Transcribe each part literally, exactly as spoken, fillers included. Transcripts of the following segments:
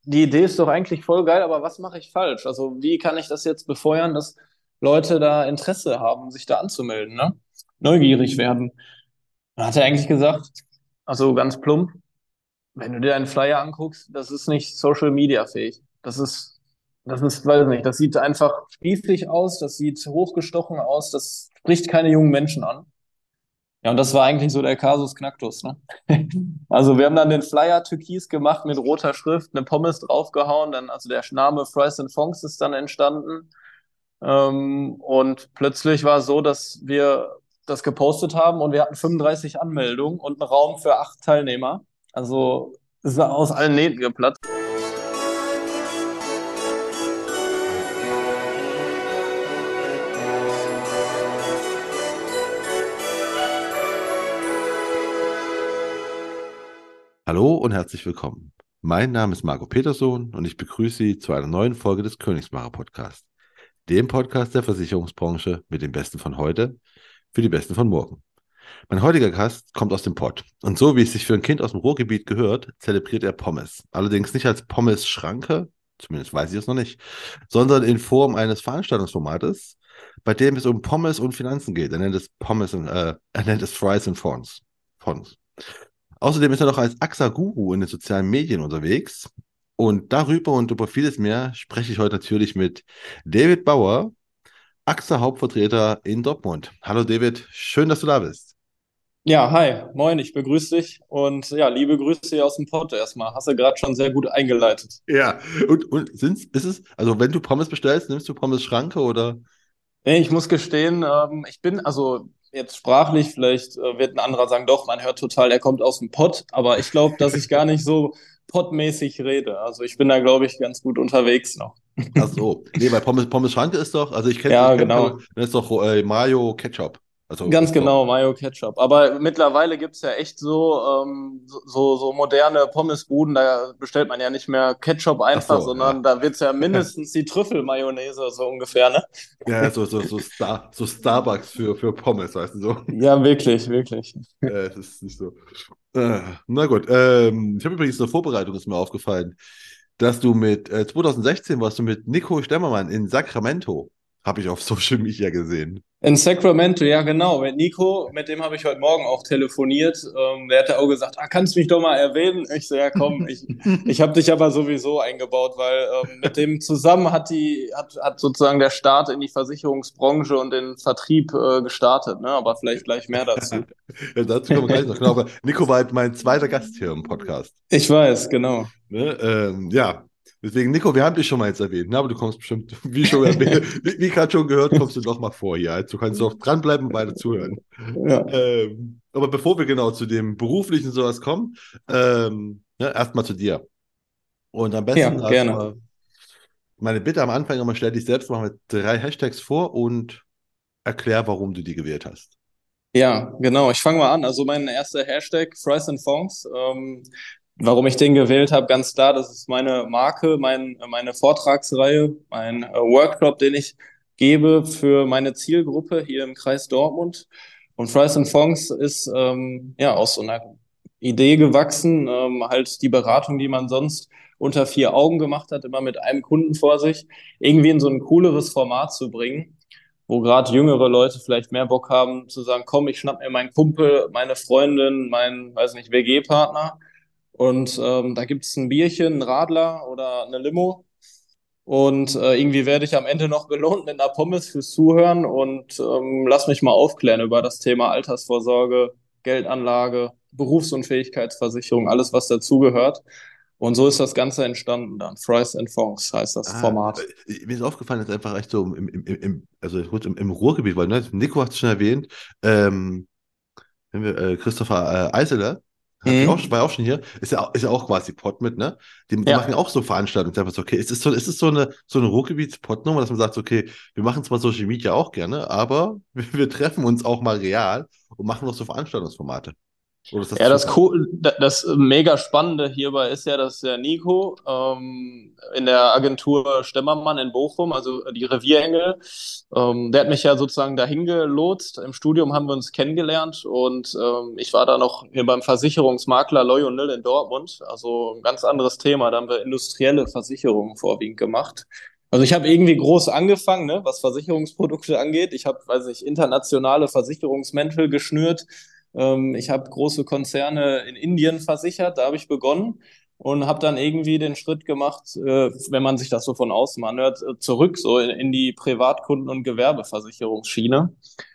die Idee ist doch eigentlich voll geil, aber was mache ich falsch? Also wie kann ich das jetzt befeuern, dass Leute da Interesse haben, sich da anzumelden, ne? Neugierig werden. Dann hat er eigentlich gesagt, also ganz plump, wenn du dir einen Flyer anguckst, das ist nicht Social Media fähig. Das ist, das ist, weiß nicht, das sieht einfach spießig aus, das sieht hochgestochen aus, das spricht keine jungen Menschen an. Ja, und das war eigentlich so der Kasus Knacktus, ne? Also wir haben dann den Flyer türkis gemacht mit roter Schrift, eine Pommes draufgehauen, dann also der Name Fries and Fonks ist dann entstanden. Ähm, und plötzlich war es so, dass wir das gepostet haben und wir hatten fünfunddreißig Anmeldungen und einen Raum für acht Teilnehmer. Also es ist aus allen Nähten geplatzt. Hallo und herzlich willkommen. Mein Name ist Marco Petersohn und ich begrüße Sie zu einer neuen Folge des Königsmacher Podcasts, dem Podcast der Versicherungsbranche mit dem Besten von heute für die Besten von morgen. Mein heutiger Gast kommt aus dem Pott und so wie es sich für ein Kind aus dem Ruhrgebiet gehört, zelebriert er Pommes. Allerdings nicht als Pommes-Schranke, zumindest weiß ich es noch nicht, sondern in Form eines Veranstaltungsformates, bei dem es um Pommes und Finanzen geht. Er nennt es Pommes und, äh, er nennt es Fries and Fonds. Fonds. Außerdem ist er noch als A X A-Guru in den sozialen Medien unterwegs. Und darüber und über vieles mehr spreche ich heute natürlich mit David Bauer, A X A-Hauptvertreter in Dortmund. Hallo David, schön, dass du da bist. Ja, hi, moin, ich begrüße dich und ja, liebe Grüße hier aus dem Pott erstmal. Hast du gerade schon sehr gut eingeleitet. Ja, und, und sind's, ist es, also wenn du Pommes bestellst, nimmst du Pommes Schranke oder? Nee, ich muss gestehen, ähm, ich bin, also jetzt sprachlich, vielleicht äh, wird ein anderer sagen, doch, man hört total, er kommt aus dem Pott, aber ich glaube, dass ich gar nicht so pottmäßig rede. Also ich bin da, glaube ich, ganz gut unterwegs noch. Ach so, nee, weil Pommes, Pommes Schranke ist doch, also ich kenne ich Ja, kenn Pommes, genau. das ist doch äh, Mayo Ketchup. Also Ganz ist doch, genau, Mayo Ketchup. Aber mittlerweile gibt's ja echt so, ähm, so, so so moderne Pommesbuden, da bestellt man ja nicht mehr Ketchup ach einfach, so, ja. sondern da wird's ja mindestens die Trüffelmayonnaise, so ungefähr, ne? Ja, so, so, so, Star, so Starbucks für, für Pommes, weißt du so. Ja, wirklich, wirklich. Äh, es ist nicht so. Äh, na gut. Ähm, ich habe übrigens in der Vorbereitung ist mir aufgefallen, dass du mit äh, zwanzig sechzehn warst du mit Nico Stemmermann in Sacramento. Habe ich auf Social Media gesehen. In Sacramento, ja genau. Mit Nico, mit dem habe ich heute Morgen auch telefoniert. Ähm, der hat auch gesagt, ah, kannst du mich doch mal erwähnen? Ich so, ja komm, ich, ich habe dich aber sowieso eingebaut, weil ähm, mit dem zusammen hat die, hat, hat sozusagen der Start in die Versicherungsbranche und den Vertrieb äh, gestartet, ne? Aber vielleicht gleich mehr dazu. Ja, dazu kommen wir gleich noch. Genau, aber Nico war halt mein zweiter Gast hier im Podcast. Ich weiß, genau. Ne? Ähm, ja, deswegen, Nico, wir haben dich schon mal jetzt erwähnt, ne? Aber du kommst bestimmt, wie schon erwähnt, wie, wie gerade schon gehört, kommst du noch mal vor hier. Also, du kannst auch dranbleiben und weiter zuhören. Ja, Ähm, aber bevor wir genau zu dem beruflichen sowas kommen, ähm, ne, erstmal zu dir. Und am ja, besten gerne. erstmal meine Bitte am Anfang immer, stell dich selbst mal mit drei Hashtags vor und erklär, warum du die gewählt hast. Ja, genau. Ich fange mal an. Also mein erster Hashtag, Fries and Fonks. Ähm, warum ich den gewählt habe, ganz klar, das ist meine Marke, mein, meine Vortragsreihe, mein äh, Workshop, den ich gebe für meine Zielgruppe hier im Kreis Dortmund. Und Fries and Fonks ist ähm, ja aus so einer Idee gewachsen, ähm, halt die Beratung, die man sonst unter vier Augen gemacht hat, immer mit einem Kunden vor sich, irgendwie in so ein cooleres Format zu bringen, wo gerade jüngere Leute vielleicht mehr Bock haben zu sagen, komm, ich schnapp mir meinen Kumpel, meine Freundin, meinen, weiß nicht, W G-Partner und ähm, da gibt's ein Bierchen, ein Radler oder eine Limo und äh, irgendwie werde ich am Ende noch belohnt mit einer Pommes fürs Zuhören und ähm, lass mich mal aufklären über das Thema Altersvorsorge, Geldanlage, Berufsunfähigkeitsversicherung, alles, was dazugehört. Und so ist das Ganze entstanden dann. Fries and Fonks heißt das Ah, Format. äh, mir ist aufgefallen, dass einfach echt so im, im, im, im also gut, im, im Ruhrgebiet, weil ne, Nico hat es schon erwähnt, ähm, wenn wir, äh, Christopher äh, Eisele, hat sich auch, war Mhm. ja auch schon hier, ist ja, auch- ist ja auch quasi Pott mit, ne? Die, die machen ja Ja. auch so Veranstaltungen. Einfach so, okay, ist es so, ist es so eine, so eine Ruhrgebiets-Pott-Nummer, dass man sagt, so, okay, wir machen zwar Social Media auch gerne, aber wir, wir treffen uns auch mal real und machen noch so Veranstaltungsformate. Oder ist das Ja, das, Zufall? Co da- das mega Spannende hierbei ist ja, dass der Nico ähm, in der Agentur Stemmermann in Bochum, also die Revierengel, ähm, der hat mich ja sozusagen dahin gelotst. Im Studium haben wir uns kennengelernt und ähm, ich war da noch hier beim Versicherungsmakler Loyal in Dortmund, also ein ganz anderes Thema. Da haben wir industrielle Versicherungen vorwiegend gemacht. Also ich habe irgendwie groß angefangen, ne, was Versicherungsprodukte angeht. Ich habe, weiß ich, internationale Versicherungsmäntel geschnürt. Ähm, ich habe große Konzerne in Indien versichert, da habe ich begonnen und habe dann irgendwie den Schritt gemacht, äh, wenn man sich das so von außen anhört, äh, zurück so in, in die Privatkunden- und Gewerbeversicherungsschiene.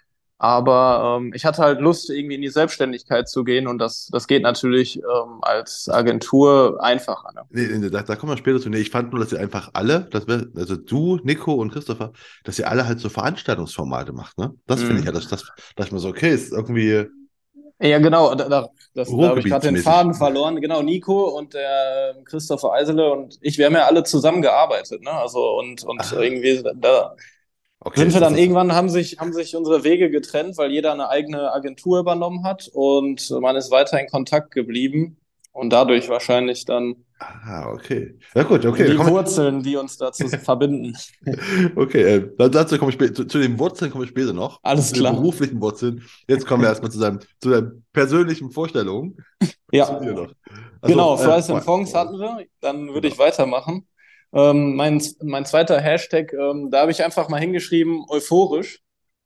Aber ähm, ich hatte halt Lust, irgendwie in die Selbstständigkeit zu gehen und das, das geht natürlich ähm, als Agentur einfacher. Ne? Nee, nee, da, da kommen wir später zu. Nee, ich fand nur, dass ihr einfach alle, dass wir, also du, Nico und Christopher, dass ihr alle halt so Veranstaltungsformate macht, ne? Das finde ich ja, Mhm. dass das, dass man so, okay, ist irgendwie Ja, genau, da, da, das, da habe ich gerade den Ruhrgebietsmäßig. Faden verloren. Genau, Nico und der ähm, Christopher Eisele und ich, wir haben ja alle zusammengearbeitet, ne? Also und, und Ah, irgendwie da okay, sind wir ist das dann das? irgendwann, haben sich, haben sich unsere Wege getrennt, weil jeder eine eigene Agentur übernommen hat und man ist weiter in Kontakt geblieben und dadurch wahrscheinlich dann Ah, okay. Ja gut, okay, da die kommen Wurzeln, die uns dazu verbinden. wir, okay, äh, da- dazu komme ich später, zu, zu den Wurzeln komme ich später noch, Alles zu den klar. beruflichen Wurzeln. Jetzt kommen wir erstmal zu deinem, zu deinen persönlichen Vorstellungen zu dir Ja, noch. Also, genau, äh, Fries and Fre- Fongs Fre- hatten wir. Dann würde ich genau. weitermachen. Ähm, mein, mein zweiter Hashtag, ähm, da habe ich einfach mal hingeschrieben, euphorisch.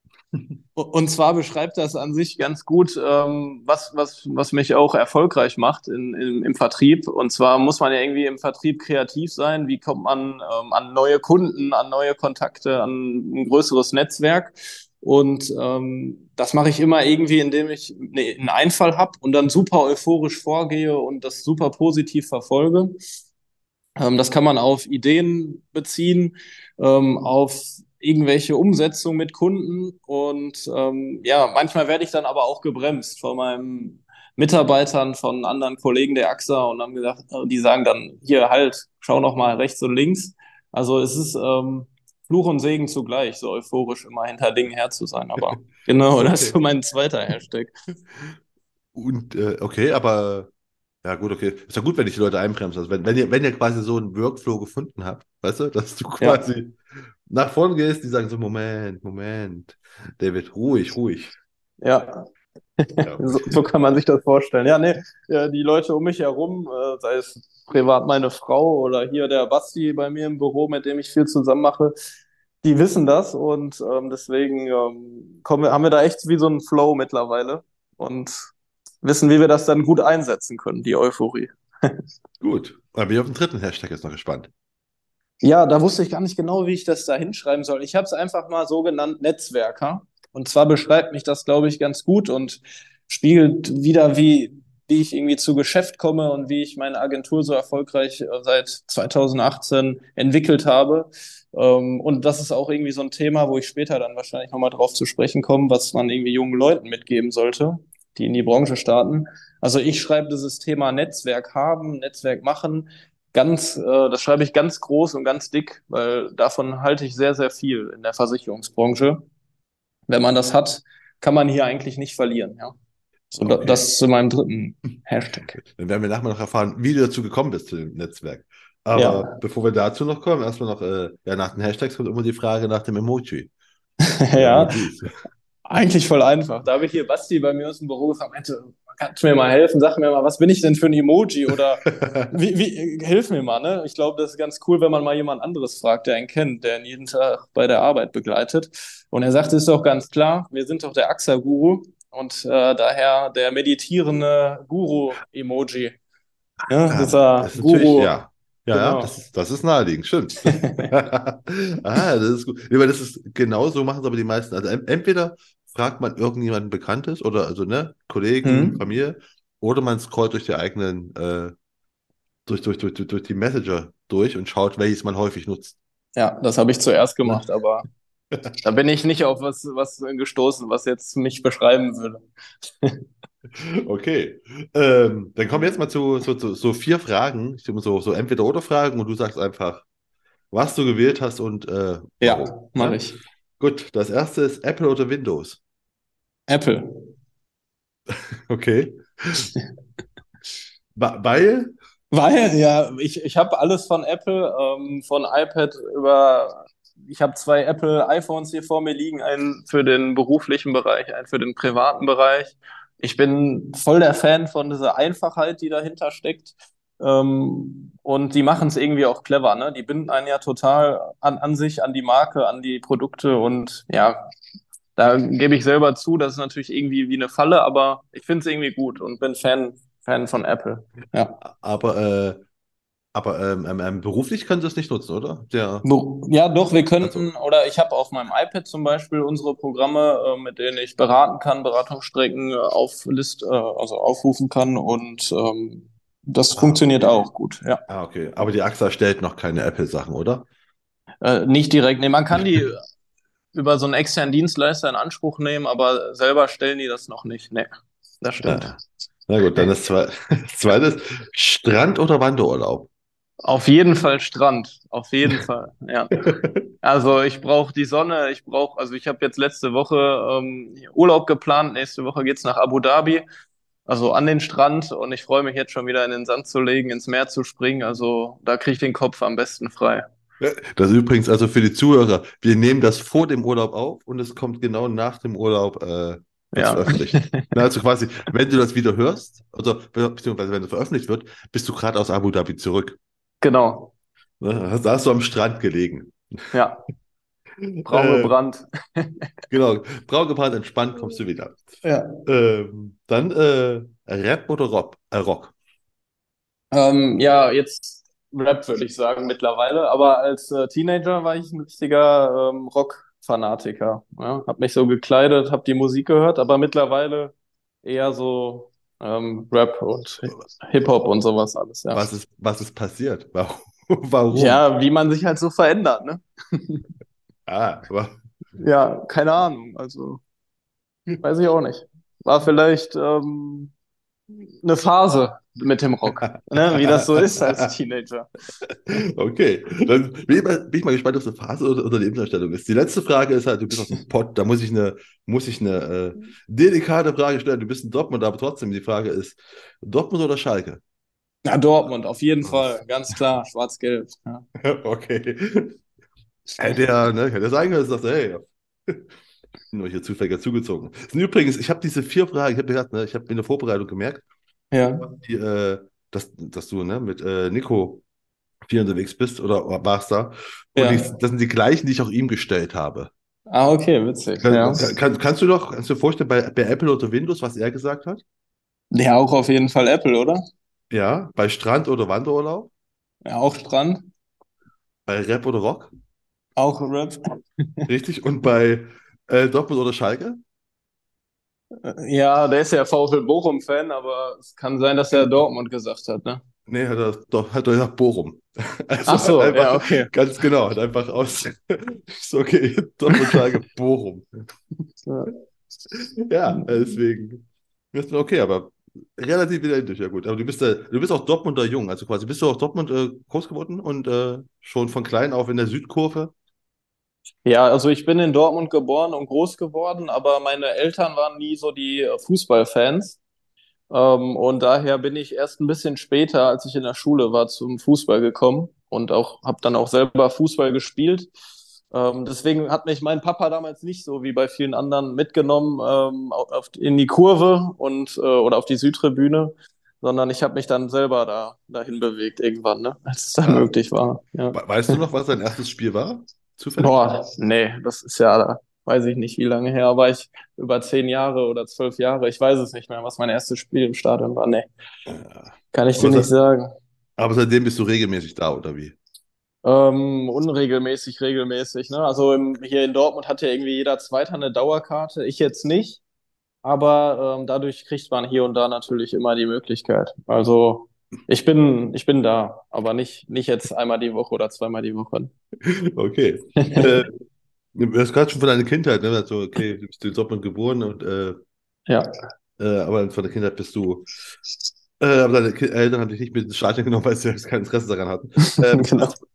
Und zwar beschreibt das an sich ganz gut, ähm, was, was, was mich auch erfolgreich macht in, in, im Vertrieb. Und zwar muss man ja irgendwie im Vertrieb kreativ sein. Wie kommt man ähm, an neue Kunden, an neue Kontakte, an ein größeres Netzwerk? Und ähm, das mache ich immer irgendwie, indem ich ne, einen Einfall habe und dann super euphorisch vorgehe und das super positiv verfolge. Ähm, das kann man auf Ideen beziehen, ähm, auf irgendwelche Umsetzungen mit Kunden. Und ähm, ja, manchmal werde ich dann aber auch gebremst von meinen Mitarbeitern, von anderen Kollegen der A X A und haben gesagt, äh, die sagen dann, hier halt, schau noch mal rechts und links. Also es ist ähm, Fluch und Segen zugleich, so euphorisch immer hinter Dingen her zu sein. Aber genau, das ist Okay. so mein zweiter Hashtag. Und äh, okay, aber ja gut, okay. Ist ja gut, wenn ich die Leute einbremse. Also wenn, wenn ihr, wenn ihr quasi so einen Workflow gefunden habt, weißt du, dass du Ja. quasi nach vorn gehst, die sagen so, Moment, Moment, David, ruhig, ruhig. Ja, Ja. so, so kann man sich das vorstellen. Ja, nee, ja, die Leute um mich herum, äh, sei es privat meine Frau oder hier der Basti bei mir im Büro, mit dem ich viel zusammen mache, die wissen das und ähm, deswegen ähm, kommen wir, haben wir da echt wie so einen Flow mittlerweile und wissen, wie wir das dann gut einsetzen können, die Euphorie. Gut. Da bin ich auf den dritten Hashtag jetzt noch gespannt. Ja, da wusste ich gar nicht genau, wie ich das da hinschreiben soll. Ich habe es einfach mal so genannt, Netzwerker. Und zwar beschreibt mich das, glaube ich, ganz gut und spiegelt wieder, wie, wie ich irgendwie zu Geschäft komme und wie ich meine Agentur so erfolgreich äh, seit zwanzig achtzehn entwickelt habe. Ähm, Und das ist auch irgendwie so ein Thema, wo ich später dann wahrscheinlich nochmal drauf zu sprechen komme, was man irgendwie jungen Leuten mitgeben sollte, die in die Branche starten. Also ich schreibe dieses Thema Netzwerk haben, Netzwerk machen ganz, äh, das schreibe ich ganz groß und ganz dick, weil davon halte ich sehr, sehr viel in der Versicherungsbranche. Wenn man das hat, kann man hier eigentlich nicht verlieren, ja. So, da, Okay. das zu meinem dritten Hashtag. Dann werden wir nachher noch erfahren, wie du dazu gekommen bist zu dem Netzwerk. Aber Ja, bevor wir dazu noch kommen, erstmal noch, äh, ja, nach den Hashtags kommt immer die Frage nach dem Emoji oder ja, Emojis. eigentlich voll einfach. Da habe ich hier Basti bei mir aus dem Büro gefragt, meinte, kannst du mir mal helfen? Sag mir mal, was bin ich denn für ein Emoji? Oder wie, wie, hilf mir mal, ne? Ich glaube, das ist ganz cool, wenn man mal jemand anderes fragt, der einen kennt, der ihn jeden Tag bei der Arbeit begleitet. Und er sagte, ist doch ganz klar, wir sind doch der A X A-Guru und äh, daher der meditierende Guru-Emoji. Ja, Ah, dieser das ist natürlich, Guru, ja. Ja, ja, das genau. ist, das ist naheliegend, stimmt. Ah, das ist gut. Nee, weil das ist genau so machen es aber die meisten. Also en- entweder fragt man irgendjemanden Bekanntes oder also ne, Kollegen, Hm? Familie, oder man scrollt durch die eigenen, äh, durch, durch, durch, durch durch die Messenger durch und schaut, welches man häufig nutzt. Ja, das habe ich zuerst Ne? gemacht, aber da bin ich nicht auf was, was gestoßen, was jetzt mich beschreiben würde. Okay. Ähm, dann kommen wir jetzt mal zu so, so, so vier Fragen, ich sag mal so, so Entweder-Oder-Fragen und du sagst einfach, was du gewählt hast und äh, warum. Ja, mache Ja? ich. Gut, das erste ist Apple oder Windows. Apple. Okay. Weil, Weil, ja, ich, ich habe alles von Apple, ähm, von iPad über, ich habe zwei Apple iPhones hier vor mir liegen, einen für den beruflichen Bereich, einen für den privaten Bereich. Ich bin voll der Fan von dieser Einfachheit, die dahinter steckt. Ähm, und die machen es irgendwie auch clever, ne? Die binden einen ja total an, an sich, an die Marke, an die Produkte und ja, da gebe ich selber zu, das ist natürlich irgendwie wie eine Falle, aber ich finde es irgendwie gut und bin Fan, Fan von Apple. Ja. aber, äh, aber ähm, ähm, ähm, beruflich können sie es nicht nutzen, oder? Der, Bo- Ja, doch, wir also, könnten, oder ich habe auf meinem iPad zum Beispiel unsere Programme, äh, mit denen ich beraten kann, Beratungsstrecken äh, auf List, äh, also aufrufen kann und ähm, das ah, funktioniert auch gut, ja. ah, okay. Aber die A X A stellt noch keine Apple-Sachen, oder? Äh, nicht direkt, nee, man kann die über so einen externen Dienstleister in Anspruch nehmen, aber selber stellen die das noch nicht. Nee, das stimmt. Ah, na gut, dann das Zwe zweites. Strand- oder Wanderurlaub? Auf jeden Fall Strand, auf jeden Fall, ja. Also ich brauche die Sonne, ich brauche, also ich habe jetzt letzte Woche ähm, Urlaub geplant, nächste Woche geht's nach Abu Dhabi, also an den Strand und ich freue mich jetzt schon wieder in den Sand zu legen, ins Meer zu springen, also da kriege ich den Kopf am besten frei. Das ist übrigens also für die Zuhörer, wir nehmen das vor dem Urlaub auf und es kommt genau nach dem Urlaub, äh, wird es Ja, veröffentlicht. Na, also quasi, wenn du das wieder hörst, also be- beziehungsweise wenn es veröffentlicht wird, bist du gerade aus Abu Dhabi zurück. genau, Ne? Da hast du am Strand gelegen. ja, braun Äh, gebrannt. genau, braun gebrannt, entspannt kommst du wieder. Ja. Ähm, dann äh, Rap oder Rock? Äh, Rock. Ähm, ja, jetzt Rap würde ich sagen mittlerweile, aber als äh, Teenager war ich ein richtiger ähm, Rock-Fanatiker. Ja? Hab mich so gekleidet, hab die Musik gehört, aber mittlerweile eher so ähm, Rap und Hip-Hop und sowas alles, ja. Was ist, was ist passiert? Warum? Warum? Ja, wie man sich halt so verändert, ne? Ah, aber Ja, keine Ahnung, also weiß ich auch nicht. War vielleicht ähm, eine Phase mit dem Rock, ne? Wie das so ist als Teenager. okay, dann bin ich mal, bin ich mal gespannt, ob es eine Phase oder, oder eine Lebenseinstellung ist. Die letzte Frage ist halt, du bist aus dem Pott, da muss ich eine, muss ich eine äh, delikate Frage stellen. Du bist in Dortmund, aber trotzdem die Frage ist, Dortmund oder Schalke? Ja, Dortmund, auf jeden Fall, ganz klar, schwarz-gelb. Ja. Okay. Hätte ja, ne, hätte ja sein können, dass du sagst, hey, nur hier zufällig zugezogen. Das sind übrigens, ich habe diese vier Fragen, ich habe gesagt, ne, ich habe in der Vorbereitung gemerkt, Ja, die, äh, dass, dass du ne, mit äh, Nico viel unterwegs bist oder warst da. Und ich, ja. das sind die gleichen, die ich auch ihm gestellt habe. Ah, okay, witzig, ja. Kann, kann, kannst du doch, kannst du dir vorstellen, bei, bei Apple oder Windows, was er gesagt hat? Ja, auch auf jeden Fall Apple, oder? Ja, bei Strand oder Wanderurlaub, Ja, auch Strand, bei Rap oder Rock, auch Rap. richtig? Und bei äh, Dortmund oder Schalke? Ja, der ist ja VfL Bochum-Fan, aber es kann sein, dass er Dortmund gesagt hat, ne? Nee, hat er doch, hat er gesagt Bochum. Ach Also hat so, einfach, ja, okay. ganz genau, hat einfach aus, so okay, Dortmund, Schalke, Bochum. Ja, Ja, deswegen. Ist okay, aber relativ identisch, ja gut. Aber du bist, äh, du bist auch Dortmunder Jung, also quasi bist du auch Dortmund äh, groß geworden und äh, schon von klein auf in der Südkurve. Ja, also ich bin in Dortmund geboren und groß geworden, aber meine Eltern waren nie so die äh, Fußballfans. Ähm, und daher bin ich erst ein bisschen später, als ich in der Schule war, zum Fußball gekommen und auch habe dann auch selber Fußball gespielt. Ähm, deswegen hat mich mein Papa damals nicht so wie bei vielen anderen mitgenommen ähm, auf, in die Kurve und äh, oder auf die Südtribüne, sondern ich habe mich dann selber da dahin bewegt irgendwann, ne, als es dann Ah, möglich war. Ja. we- weißt du noch, was dein erstes Spiel war? Zufällig? Boah, nee, das ist ja, da weiß ich nicht, wie lange her, war ich über zehn Jahre oder zwölf Jahre. Ich weiß es nicht mehr, was mein erstes Spiel im Stadion war. Nee, Ja. kann ich dir Aber, nicht se- sagen. aber seitdem bist du regelmäßig da, oder wie? Ähm, unregelmäßig, regelmäßig, ne? Also im, hier in Dortmund hat ja irgendwie jeder Zweite eine Dauerkarte, ich jetzt nicht, aber ähm, dadurch kriegt man hier und da natürlich immer die Möglichkeit. Also ich bin, ich bin da, aber nicht, nicht jetzt einmal die Woche oder zweimal die Woche. Okay. Äh, du hast gerade schon von deiner Kindheit, ne? Also, okay, du bist in Dortmund geboren und äh, Ja, äh, aber von der Kindheit bist du. Äh, aber deine Ki- Eltern haben dich nicht mit ins Stadion genommen, weil sie jetzt kein Interesse daran hatten. Äh, genau. was,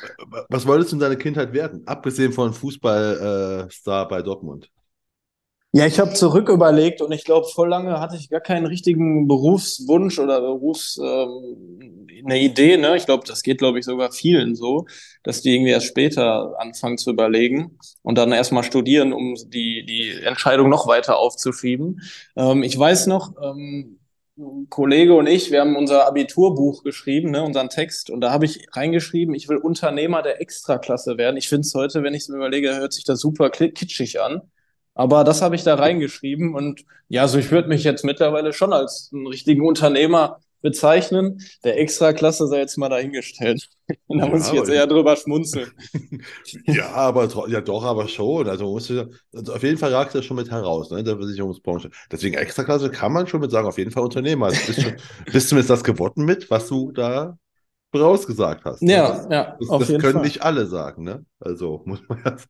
was wolltest du in deiner Kindheit werden? Abgesehen von Fußballstar äh, Star bei Dortmund. Ja, ich habe zurück überlegt und ich glaube, voll lange hatte ich gar keinen richtigen Berufswunsch oder Berufs, ähm, eine Idee, ne? Ich glaube, das geht, glaube ich, sogar vielen so, dass die irgendwie erst später anfangen zu überlegen und dann erstmal studieren, um die, die Entscheidung noch weiter aufzuschieben. Ähm, ich weiß noch, ähm, ein Kollege und ich, wir haben unser Abiturbuch geschrieben, ne, unseren Text, und da habe ich reingeschrieben, ich will Unternehmer der Extraklasse werden. Ich finde es heute, wenn ich es mir überlege, hört sich das super kitschig an. Aber das habe ich da reingeschrieben und ja, also ich würde mich jetzt mittlerweile schon als einen richtigen Unternehmer bezeichnen. Der Extraklasse sei jetzt mal dahingestellt. Da Ja, muss ich aber jetzt ich, eher drüber schmunzeln. ja, aber tro- ja doch, aber schon. Also, man muss ja, also auf jeden Fall ragt er schon mit heraus, ne, in der Versicherungsbranche. Deswegen Extraklasse kann man schon mit sagen, auf jeden Fall Unternehmer. Also bist schon, bist zumindest das geworden mit, was du da vorausgesagt hast. Ne? Das, Ja, ja, das, auf das jeden können Fall. nicht alle sagen, ne? Also muss man jetzt.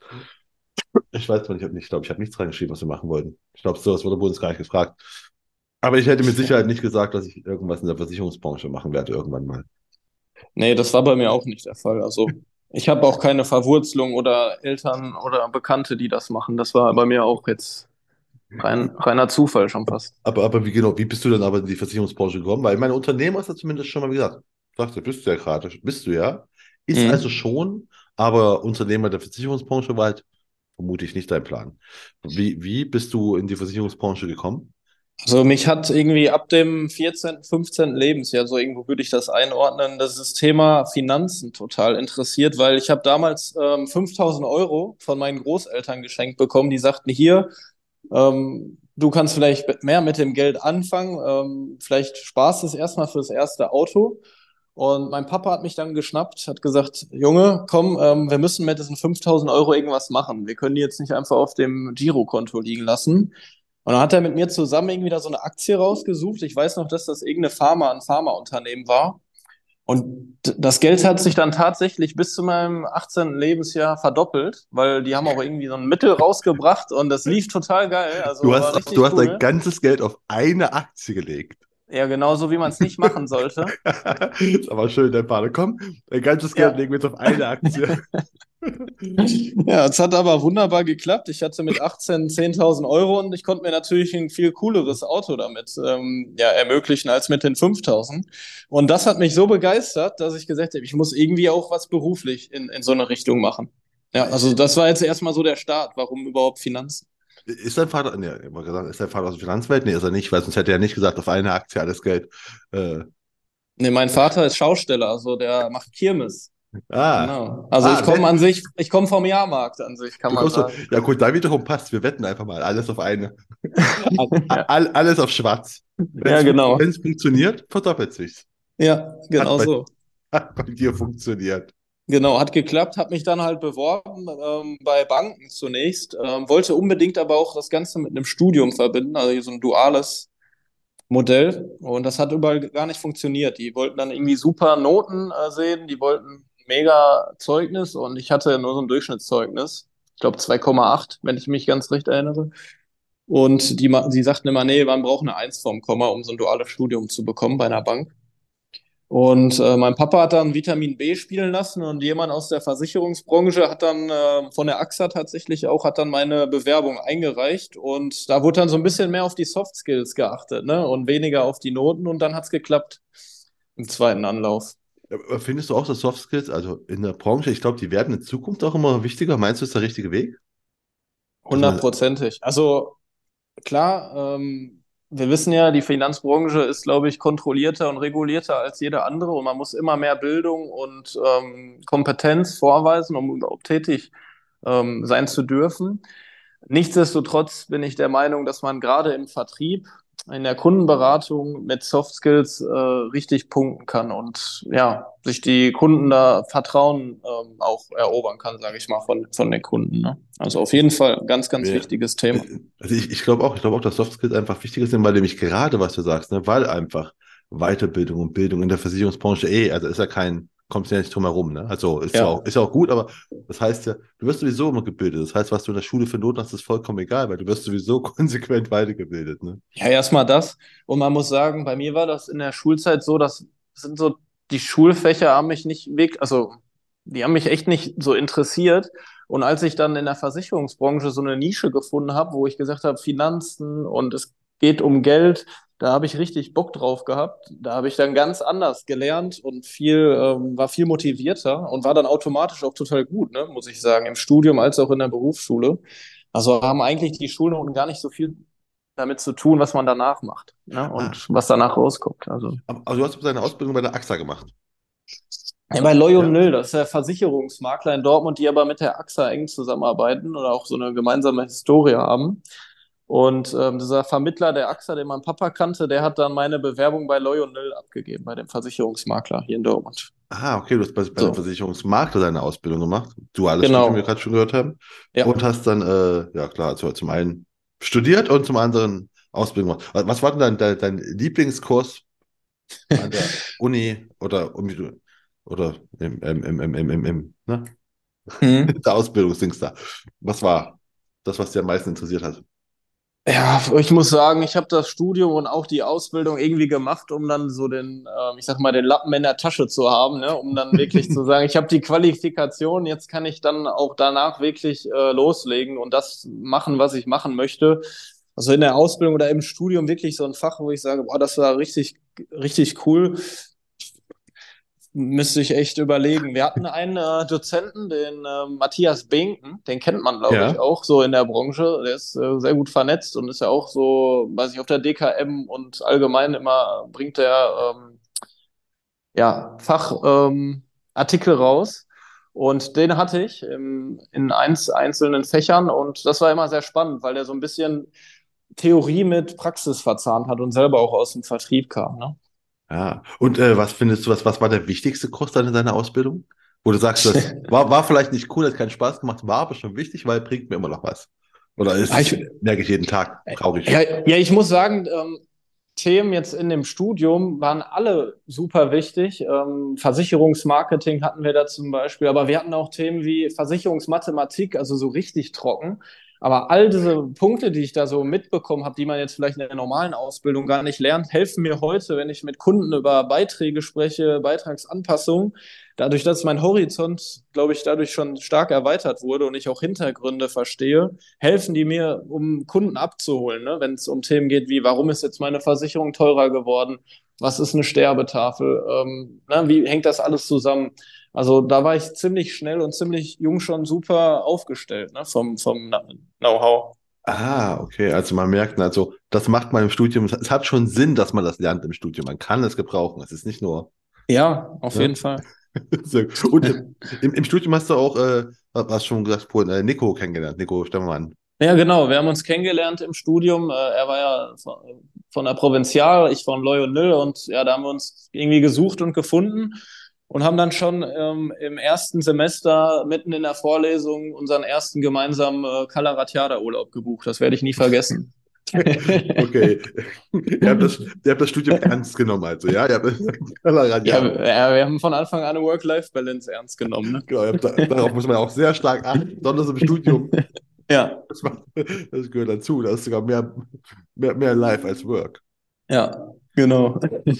Ich weiß zwar nicht, ich glaube, ich habe nichts reingeschrieben, was wir machen wollten. Ich glaube, sowas wurde uns gar nicht gefragt. Aber ich hätte mit Sicherheit nicht gesagt, dass ich irgendwas in der Versicherungsbranche machen werde, irgendwann mal. Nee, das war bei mir auch nicht der Fall. Also ich habe auch keine Verwurzelung oder Eltern oder Bekannte, die das machen. Das war bei mir auch jetzt rein, reiner Zufall schon fast. Aber, aber wie genau, wie bist du dann aber in die Versicherungsbranche gekommen? Weil meine Unternehmer ist ja zumindest schon mal wie gesagt. Sagte, bist du ja gerade, bist du ja. Ist also Mhm. schon, aber Unternehmer der Versicherungsbranche war halt vermutlich nicht dein Plan. Wie, wie bist du in die Versicherungsbranche gekommen? Also mich hat irgendwie ab dem vierzehnten., fünfzehnten. Lebensjahr, so irgendwo würde ich das einordnen, das Thema Finanzen total interessiert, weil ich habe damals ähm, fünftausend Euro von meinen Großeltern geschenkt bekommen. Die sagten, hier, ähm, du kannst vielleicht mehr mit dem Geld anfangen, ähm, vielleicht sparst du es erstmal fürs erste Auto. Und mein Papa hat mich dann geschnappt, hat gesagt, Junge, komm, ähm, wir müssen mit diesen fünftausend Euro irgendwas machen. Wir können die jetzt nicht einfach auf dem Girokonto liegen lassen. Und dann hat er mit mir zusammen irgendwie da so eine Aktie rausgesucht. Ich weiß noch, dass das irgendeine Pharma, ein Pharmaunternehmen war. Und d- das Geld hat sich dann tatsächlich bis zu meinem achtzehnten. Lebensjahr verdoppelt, weil die haben auch irgendwie so ein Mittel rausgebracht und das lief total geil. Du Also war hast, du richtig hast dein cool. ganzes Geld auf eine Aktie gelegt. Ja, genauso wie man es nicht machen sollte. Ist aber schön, dein Vater. Komm, dein ganzes Geld Ja. legen wir jetzt auf eine Aktie. Ja, es hat aber wunderbar geklappt. Ich hatte mit achtzehn zehntausend Euro und ich konnte mir natürlich ein viel cooleres Auto damit ähm, ja, ermöglichen als mit den fünftausend. Und das hat mich so begeistert, dass ich gesagt habe, ich muss irgendwie auch was beruflich in, in so eine Richtung machen. Ja, also das war jetzt erstmal so der Start. Warum überhaupt Finanzen? Ist dein Vater, nee, ich wollte gesagt, ist dein Vater aus der Finanzwelt? Nee, ist er nicht, weil sonst hätte er nicht gesagt, auf eine Aktie alles Geld. Äh, Nee, mein Vater ist Schausteller, also der macht Kirmes. ah, Genau. Also ich ah, komme an Wett. sich, ich komme vom Jahrmarkt an sich, kann Du man kommst so, sagen. ja gut, da wiederum passt. Wir wetten einfach mal alles auf eine. All, Ja, all, alles auf schwarz. Wenn ja, es wenn genau. es funktioniert, verdoppelt sich's. Ja, Hat genau bei, so. hat bei dir funktioniert. Genau, hat geklappt, hat mich dann halt beworben ähm, bei Banken zunächst, ähm, wollte unbedingt aber auch das Ganze mit einem Studium verbinden, also hier so ein duales Modell. Und das hat überall gar nicht funktioniert. Die wollten dann irgendwie super Noten äh, sehen, die wollten mega Zeugnis und ich hatte nur so ein Durchschnittszeugnis. Ich glaube zwei Komma acht, wenn ich mich ganz recht erinnere. Und die, ma- die sagten immer, nee, man braucht eine Eins vorm Komma, um so ein duales Studium zu bekommen bei einer Bank. Und äh, mein Papa hat dann Vitamin B spielen lassen und jemand aus der Versicherungsbranche hat dann äh, von der A X A tatsächlich auch, hat dann meine Bewerbung eingereicht und da wurde dann so ein bisschen mehr auf die Soft Skills geachtet, ne? Und weniger auf die Noten und dann hat's geklappt im zweiten Anlauf. Aber findest du auch, dass Soft Skills, also in der Branche, ich glaube, die werden in Zukunft auch immer wichtiger? Meinst du, ist der richtige Weg? Dass man, Hundertprozentig. Also klar, ähm, wir wissen ja, die Finanzbranche ist, glaube ich, kontrollierter und regulierter als jede andere und man muss immer mehr Bildung und ähm, Kompetenz vorweisen, um überhaupt tätig ähm, sein zu dürfen. Nichtsdestotrotz bin ich der Meinung, dass man gerade im Vertrieb, in der Kundenberatung mit Soft Skills äh, richtig punkten kann und ja, sich die Kunden da Vertrauen ähm, auch erobern kann, sage ich mal, von, von den Kunden. Ne? Also auf jeden Fall ein ganz, ganz ja. wichtiges Thema. Also ich, ich glaube auch, ich glaube auch, dass Soft Skills einfach wichtiger sind, weil nämlich gerade, was du sagst, ne, weil einfach Weiterbildung und Bildung in der Versicherungsbranche eh, also ist ja kein, kommst ja nicht drum herum, ne? Also ist ja auch, Ja. ist ja auch gut, aber das heißt ja, du wirst sowieso immer gebildet. Das heißt, was du in der Schule für Noten hast, ist vollkommen egal, weil du wirst sowieso konsequent weitergebildet, ne? Ja, erstmal das. Und man muss sagen, bei mir war das in der Schulzeit so, dass sind so, die Schulfächer haben mich nicht weg, also die haben mich echt nicht so interessiert. Und als ich dann in der Versicherungsbranche so eine Nische gefunden habe, wo ich gesagt habe, Finanzen und es geht um Geld, da habe ich richtig Bock drauf gehabt. Da habe ich dann ganz anders gelernt und viel, ähm, war viel motivierter und war dann automatisch auch total gut, ne, muss ich sagen, im Studium als auch in der Berufsschule. Also haben eigentlich die Schulnoten gar nicht so viel damit zu tun, was man danach macht, ne, Ah, und was danach rauskommt. Also. aber also du hast deine Ausbildung bei der A X A gemacht. Ja, bei Loy und Ja? Nil, das ist der Versicherungsmakler in Dortmund, die aber mit der AXA eng zusammenarbeiten oder auch so eine gemeinsame Historie haben. Und ähm, dieser Vermittler der AXA, den mein Papa kannte, der hat dann meine Bewerbung bei Loy und Nil abgegeben, bei dem Versicherungsmakler hier in Dortmund. Ah, okay, du hast bei, bei dem So, Versicherungsmakler deine Ausbildung gemacht. Duales Studium, wie wir genau. gerade schon gehört haben. Ja. Und hast dann, äh, ja klar, also zum einen studiert und zum anderen Ausbildung gemacht. Was was war denn dein, dein, dein Lieblingskurs an der Uni oder, um- oder im, im, im, im, im, im, im ne? Hm. Der Ausbildungsdings da? Was war das, was dich am meisten interessiert hat? Ja, ich muss sagen, ich habe das Studium und auch die Ausbildung irgendwie gemacht, um dann so den, ähm, ich sag mal, den Lappen in der Tasche zu haben, ne? Um dann wirklich zu sagen, ich habe die Qualifikation, jetzt kann ich dann auch danach wirklich äh, loslegen und das machen, was ich machen möchte. Also in der Ausbildung oder im Studium wirklich so ein Fach, wo ich sage, boah, das war richtig, richtig cool. Müsste ich echt überlegen. Wir hatten einen äh, Dozenten, den äh, Matthias Benken, den kennt man, glaube ich, Ja. auch so in der Branche. Der ist äh, sehr gut vernetzt und ist ja auch so, weiß ich, auf der D K M und allgemein immer bringt der ähm, ja, Fachartikel ähm, Artikel raus. Und den hatte ich im, in eins, einzelnen Fächern und das war immer sehr spannend, weil der so ein bisschen Theorie mit Praxis verzahnt hat und selber auch aus dem Vertrieb kam. Ne? Ja. Und äh, was findest du, was, was war der wichtigste Kurs dann in deiner Ausbildung? Wo du sagst, das war, war vielleicht nicht cool, hat keinen Spaß gemacht, war aber schon wichtig, weil bringt mir immer noch was. Oder ist Ah, es, Ich, merke ich jeden Tag, traurig. ja, ja, ich muss sagen, ähm, Themen jetzt in dem Studium waren alle super wichtig. Ähm, Versicherungsmarketing hatten wir da zum Beispiel, aber wir hatten auch Themen wie Versicherungsmathematik, also so richtig trocken. Aber all diese Punkte, die ich da so mitbekommen habe, die man jetzt vielleicht in der normalen Ausbildung gar nicht lernt, helfen mir heute, wenn ich mit Kunden über Beiträge spreche, Beitragsanpassungen. Dadurch, dass mein Horizont, glaube ich, dadurch schon stark erweitert wurde und ich auch Hintergründe verstehe, helfen die mir, um Kunden abzuholen, ne? Wenn es um Themen geht wie, warum ist jetzt meine Versicherung teurer geworden? Was ist eine Sterbetafel? Ähm, ne? Wie hängt das alles zusammen? Also da war ich ziemlich schnell und ziemlich jung schon super aufgestellt, ne? Vom, vom Know-how. Ah, okay. Also man merkt, also das macht man im Studium. Es hat schon Sinn, dass man das lernt im Studium. Man kann es gebrauchen. Es ist nicht nur, Ja, auf ne? jeden Fall. So. Und im, im, im Studium hast du auch, äh, hast schon gesagt, vorhin, äh, Nico kennengelernt. Nico Stemmermann. Ja, genau. Wir haben uns kennengelernt im Studium. Äh, er war ja von, von der Provinzial, ich von Loy und Nil. Und ja, da haben wir uns irgendwie gesucht und gefunden und haben dann schon ähm, im ersten Semester mitten in der Vorlesung unseren ersten gemeinsamen äh, Calaratiada-Urlaub gebucht. Das werde ich nie vergessen. Okay. Ihr habt das, ihr habt das Studium ernst genommen, also, ja? Ihr habt, Ja, ja, ja, wir haben von Anfang an eine Work-Life-Balance ernst genommen. Ne? genau, ihr habt, da, darauf muss man auch sehr stark achten, besonders im Studium. Ja, Das, macht, das gehört dazu. Da ist sogar mehr, mehr, mehr Life als Work. ja, genau.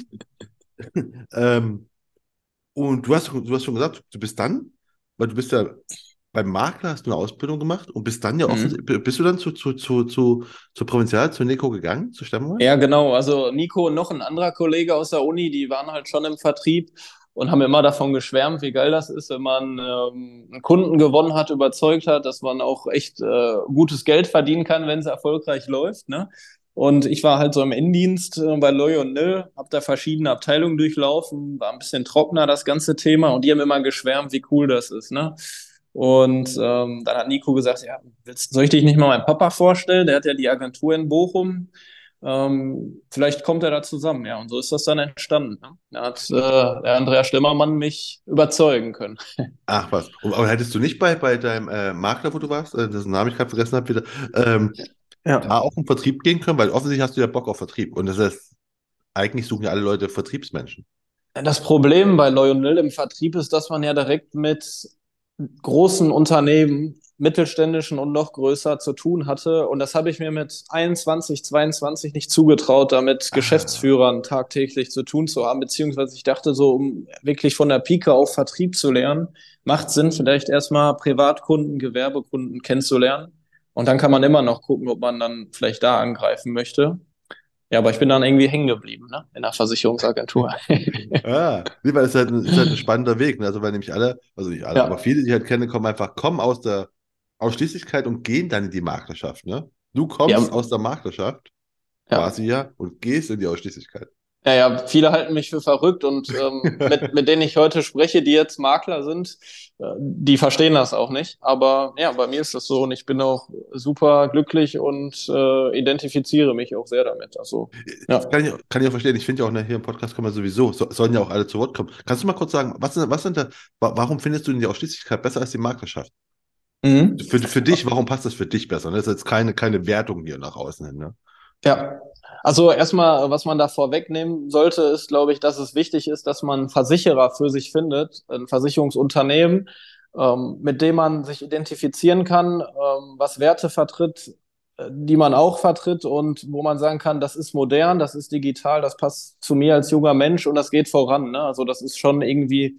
Ähm, und du hast, du hast schon gesagt, du bist dann, weil du bist ja beim Makler, hast du eine Ausbildung gemacht und bist dann ja Mhm. offensichtlich, bist du dann zu, zu, zu, zu, zur Provinzial, zu Nico gegangen, zu Stemmermann? Ja, genau. Also Nico und noch ein anderer Kollege aus der Uni, die waren halt schon im Vertrieb und haben immer davon geschwärmt, wie geil das ist, wenn man ähm, einen Kunden gewonnen hat, überzeugt hat, dass man auch echt äh, gutes Geld verdienen kann, wenn es erfolgreich läuft, ne? Und ich war halt so im Innendienst äh, bei Loy und Nil, habe da verschiedene Abteilungen durchlaufen, war ein bisschen trockener das ganze Thema und die haben immer geschwärmt, wie cool das ist, ne? Und ähm, dann hat Nico gesagt, ja, willst, soll ich dich nicht mal meinem Papa vorstellen? Der hat ja die Agentur in Bochum. Ähm, vielleicht kommt er da zusammen, ja. Und so ist das dann entstanden. Ne? Da hat äh, der Andreas Stimmermann mich überzeugen können. Ach was. Und, aber hättest du nicht bei, bei deinem äh, Makler, wo du warst, äh, dessen Namen ich gerade vergessen habe, wieder, ähm, da Ja. auch im Vertrieb gehen können? Weil offensichtlich hast du ja Bock auf Vertrieb. Und das heißt, eigentlich suchen ja alle Leute Vertriebsmenschen. Das Problem bei Loyal im Vertrieb ist, dass man ja direkt mit großen Unternehmen mittelständischen und noch größer zu tun hatte. Und das habe ich mir mit einundzwanzig, zweiundzwanzig nicht zugetraut, da mit Ah, Geschäftsführern tagtäglich zu tun zu haben. Beziehungsweise ich dachte so, um wirklich von der Pike auf Vertrieb zu lernen, macht Sinn, vielleicht erstmal Privatkunden, Gewerbekunden kennenzulernen. Und dann kann man immer noch gucken, ob man dann vielleicht da angreifen möchte. Ja, aber ich bin dann irgendwie hängen geblieben, ne, in der Versicherungsagentur. ah. Nee, weil es ist halt, ein- ist halt ein spannender Weg. Ne? Also, weil nämlich alle, also nicht alle, aber Ja, viele, die ich halt kenne, kommen einfach, kommen aus der Ausschließlichkeit und gehen dann in die Maklerschaft. Ne? Du ja, kommst aus der Maklerschaft ja. quasi ja und gehst in die Ausschließlichkeit. Ja, ja, viele halten mich für verrückt und ähm, mit, mit denen ich heute spreche, die jetzt Makler sind, äh, die verstehen das auch nicht. Aber ja, bei mir ist das so und ich bin auch super glücklich und äh, identifiziere mich auch sehr damit. Also, Das ja. kann ich, kann ich auch verstehen. Ich finde ja auch, ne, hier im Podcast kommen wir sowieso, so, sollen ja auch alle zu Wort kommen. Kannst du mal kurz sagen, was sind, was sind da, wa- warum findest du denn die Ausschließlichkeit besser als die Maklerschaft? Mhm. Für, für dich, warum passt das für dich besser? Ne? Das ist jetzt keine, keine Wertung hier nach außen hin. Ne? Ja, also erstmal, was man da vorwegnehmen sollte, ist, glaube ich, dass es wichtig ist, dass man einen Versicherer für sich findet, ein Versicherungsunternehmen, ähm, mit dem man sich identifizieren kann, ähm, was Werte vertritt, äh, die man auch vertritt und wo man sagen kann, das ist modern, das ist digital, das passt zu mir als junger Mensch und das geht voran. Ne? Also das ist schon irgendwie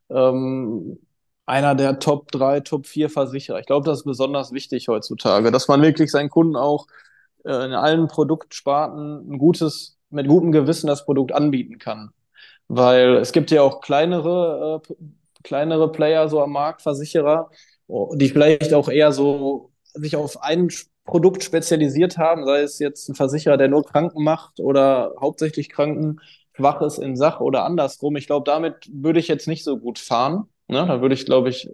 ähm, einer der Top drei, Top vier Versicherer. Ich glaube, das ist besonders wichtig heutzutage, dass man wirklich seinen Kunden auch äh, in allen Produktsparten ein gutes, mit gutem Gewissen das Produkt anbieten kann. Weil es gibt ja auch kleinere, äh, kleinere Player so am Markt, Versicherer, oh, die vielleicht auch eher so sich auf ein Produkt spezialisiert haben, sei es jetzt ein Versicherer, der nur Kranken macht oder hauptsächlich Kranken, schwach ist in Sach oder andersrum. Ich glaube, damit würde ich jetzt nicht so gut fahren. Ne? Da würde ich, glaube ich,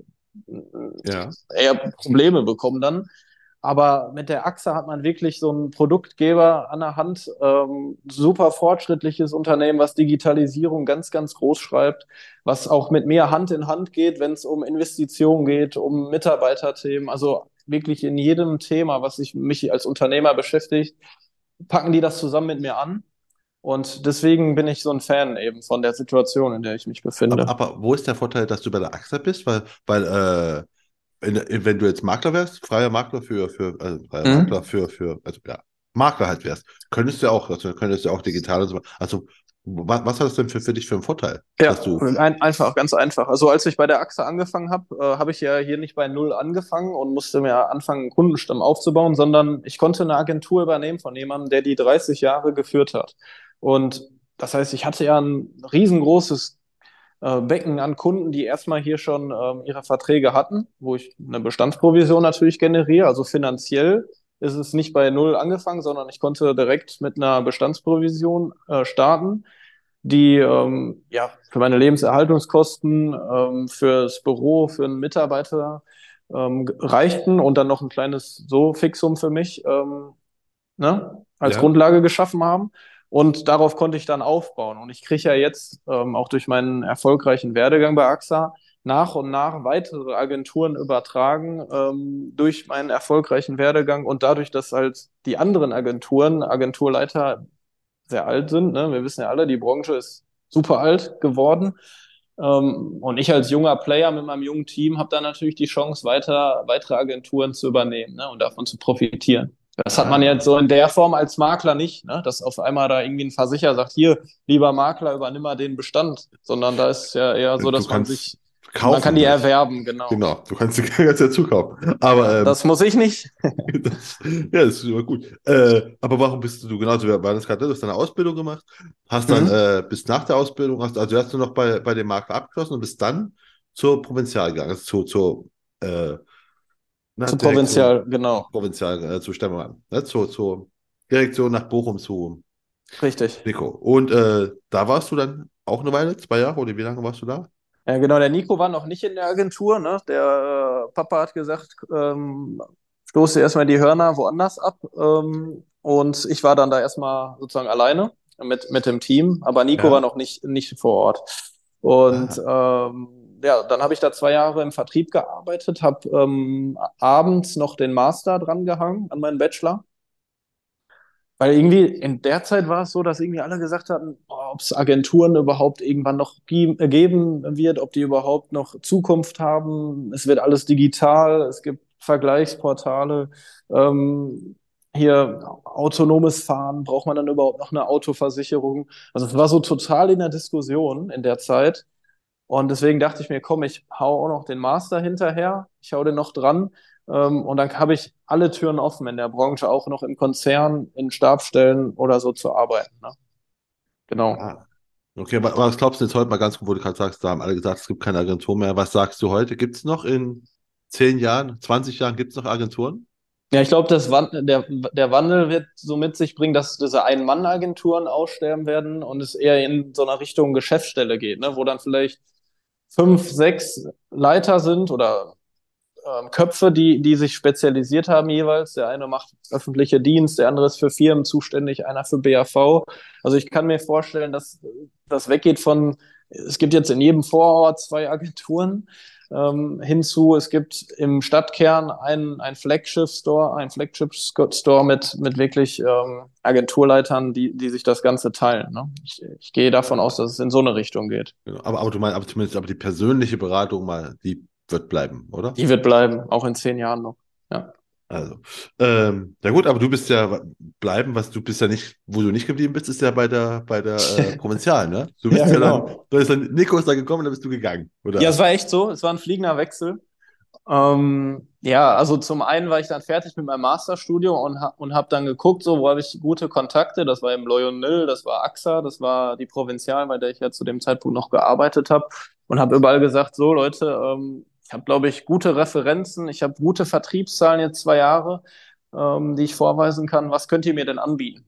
Ja. eher Probleme bekommen dann. Aber mit der A X A hat man wirklich so einen Produktgeber an der Hand, ähm, super fortschrittliches Unternehmen, was Digitalisierung ganz, ganz groß schreibt, was auch mit mir Hand in Hand geht, wenn es um Investitionen geht, um Mitarbeiterthemen, also wirklich in jedem Thema, was sich mich als Unternehmer beschäftigt, packen die das zusammen mit mir an. Und deswegen bin ich so ein Fan eben von der Situation, in der ich mich Aber, befinde. aber wo ist der Vorteil, dass du bei der A X A bist? Weil, weil äh, in, in, wenn du jetzt Makler wärst, freier Makler für, für also freier Makler Mhm. für, für, also ja, Makler halt wärst, könntest du ja auch, also könntest du ja auch digital und so. Also, was, was hat das denn für, für dich für einen Vorteil, Ja, dass du, ein, einfach, ganz einfach. Also als ich bei der A X A angefangen habe, äh, habe ich ja hier nicht bei Null angefangen und musste mir anfangen, einen Kundenstamm aufzubauen, sondern ich konnte eine Agentur übernehmen von jemandem, der die dreißig Jahre geführt hat. Und das heißt, ich hatte ja ein riesengroßes äh, Becken an Kunden, die erstmal hier schon ähm, ihre Verträge hatten, wo ich eine Bestandsprovision natürlich generiere. Also finanziell ist es nicht bei Null angefangen, sondern ich konnte direkt mit einer Bestandsprovision äh, starten, die ähm, ja für meine Lebenserhaltungskosten, ähm, fürs Büro, für einen Mitarbeiter ähm, reichten und dann noch ein kleines so Fixum für mich ähm, ne, als ja, Grundlage geschaffen haben. Und darauf konnte ich dann aufbauen. Und ich kriege ja jetzt ähm, auch durch meinen erfolgreichen Werdegang bei A X A nach und nach weitere Agenturen übertragen ähm, durch meinen erfolgreichen Werdegang und dadurch, dass halt die anderen Agenturen, Agenturleiter sehr alt sind. Ne? Wir wissen ja alle, die Branche ist super alt geworden. Ähm, und ich als junger Player mit meinem jungen Team habe dann natürlich die Chance, weiter, weitere Agenturen zu übernehmen, ne? Und davon zu profitieren. Das hat man jetzt ah, so in der Form als Makler nicht, ne? Dass auf einmal da irgendwie ein Versicherer sagt, hier, lieber Makler, übernimm mal den Bestand, sondern da ist ja eher so, du dass man kannst sich, man kann kaufen die das. erwerben, genau. Genau, du kannst, kannst ja zukaufen. Aber Ja, ähm, das muss ich nicht. das, ja, das ist super gut. Äh, aber warum bist du, genau, so wir waren das gerade, du hast deine Ausbildung gemacht, hast dann Mhm. äh, bis nach der Ausbildung, hast, also hast du noch bei, bei dem Makler abgeschlossen und bist dann zur Provinzial gegangen, also zu, zur äh, na, Zu Direktion, Provinzial, genau. Provinzial, äh, zu Stemmermann, ne, zur, zur Direktion nach Bochum zu Richtig. Nico. Und äh, da warst du dann auch eine Weile, zwei Jahre oder wie lange warst du da? Ja, genau, der Nico war noch nicht in der Agentur, ne? Der äh, Papa hat gesagt, ähm, stoße erstmal die Hörner woanders ab. Ähm, und ich war dann da erstmal sozusagen alleine mit, mit dem Team, aber Nico war Ja. noch nicht, nicht vor Ort. Und Ah, ähm, ja, dann habe ich da zwei Jahre im Vertrieb gearbeitet, habe ähm, abends noch den Master dran gehangen an meinen Bachelor. Weil irgendwie in der Zeit war es so, dass irgendwie alle gesagt hatten, ob es Agenturen überhaupt irgendwann noch gie- äh, geben wird, ob die überhaupt noch Zukunft haben. Es wird alles digital, es gibt Vergleichsportale, ähm, hier autonomes Fahren, braucht man dann überhaupt noch eine Autoversicherung? Also es war so total in der Diskussion in der Zeit. Und deswegen dachte ich mir, komm, ich hau auch noch den Master hinterher, ich hau den noch dran. Ähm, und dann habe ich alle Türen offen in der Branche, auch noch im Konzern, in Stabsstellen oder so zu arbeiten. Ne? Genau. Ah. Okay, aber, aber was glaubst du jetzt heute mal ganz gut, wo du gerade sagst, da haben alle gesagt, es gibt keine Agentur mehr. Was sagst du heute? Gibt es noch in zehn Jahren, zwanzig Jahren, gibt es noch Agenturen? Ja, ich glaube, das Wan- der, der Wandel wird so mit sich bringen, dass diese Ein-Mann-Agenturen aussterben werden und es eher in so einer Richtung Geschäftsstelle geht, ne? Wo dann vielleicht fünf, sechs Leiter sind oder ähm, Köpfe, die, die sich spezialisiert haben jeweils. Der eine macht öffentliche Dienst, der andere ist für Firmen zuständig, einer für B A V. Also ich kann mir vorstellen, dass das weggeht von, es gibt jetzt in jedem Vorort zwei Agenturen, ähm, hinzu, es gibt im Stadtkern einen, einen Flagship-Store, einen Flagship-Store mit, mit wirklich ähm, Agenturleitern, die, die sich das Ganze teilen. Ne? Ich, ich gehe davon aus, dass es in so eine Richtung geht. Genau. Aber, aber du meinst, aber zumindest aber die persönliche Beratung mal, die wird bleiben, oder? Die wird bleiben, auch in zehn Jahren noch. Ja. Also, ähm, ja gut, aber du bist ja bleiben, was du bist ja nicht, wo du nicht geblieben bist, ist ja bei der bei der äh, Provinzial, ne? Du Ja, bist ja dann, genau. da ist dann Nico ist da gekommen, dann bist du gegangen, Ja, es oder? war echt so. Es war ein fliegender Wechsel. Ähm, ja, also zum einen war ich dann fertig mit meinem Masterstudium und, ha und habe dann geguckt, so, wo habe ich gute Kontakte. Das war eben Loyal, das war AXA, das war die Provinzial, bei der ich ja zu dem Zeitpunkt noch gearbeitet habe. Und habe überall gesagt, so Leute, ähm, ich habe, glaube ich, gute Referenzen, ich habe gute Vertriebszahlen jetzt zwei Jahre, ähm, die ich vorweisen kann. Was könnt ihr mir denn anbieten?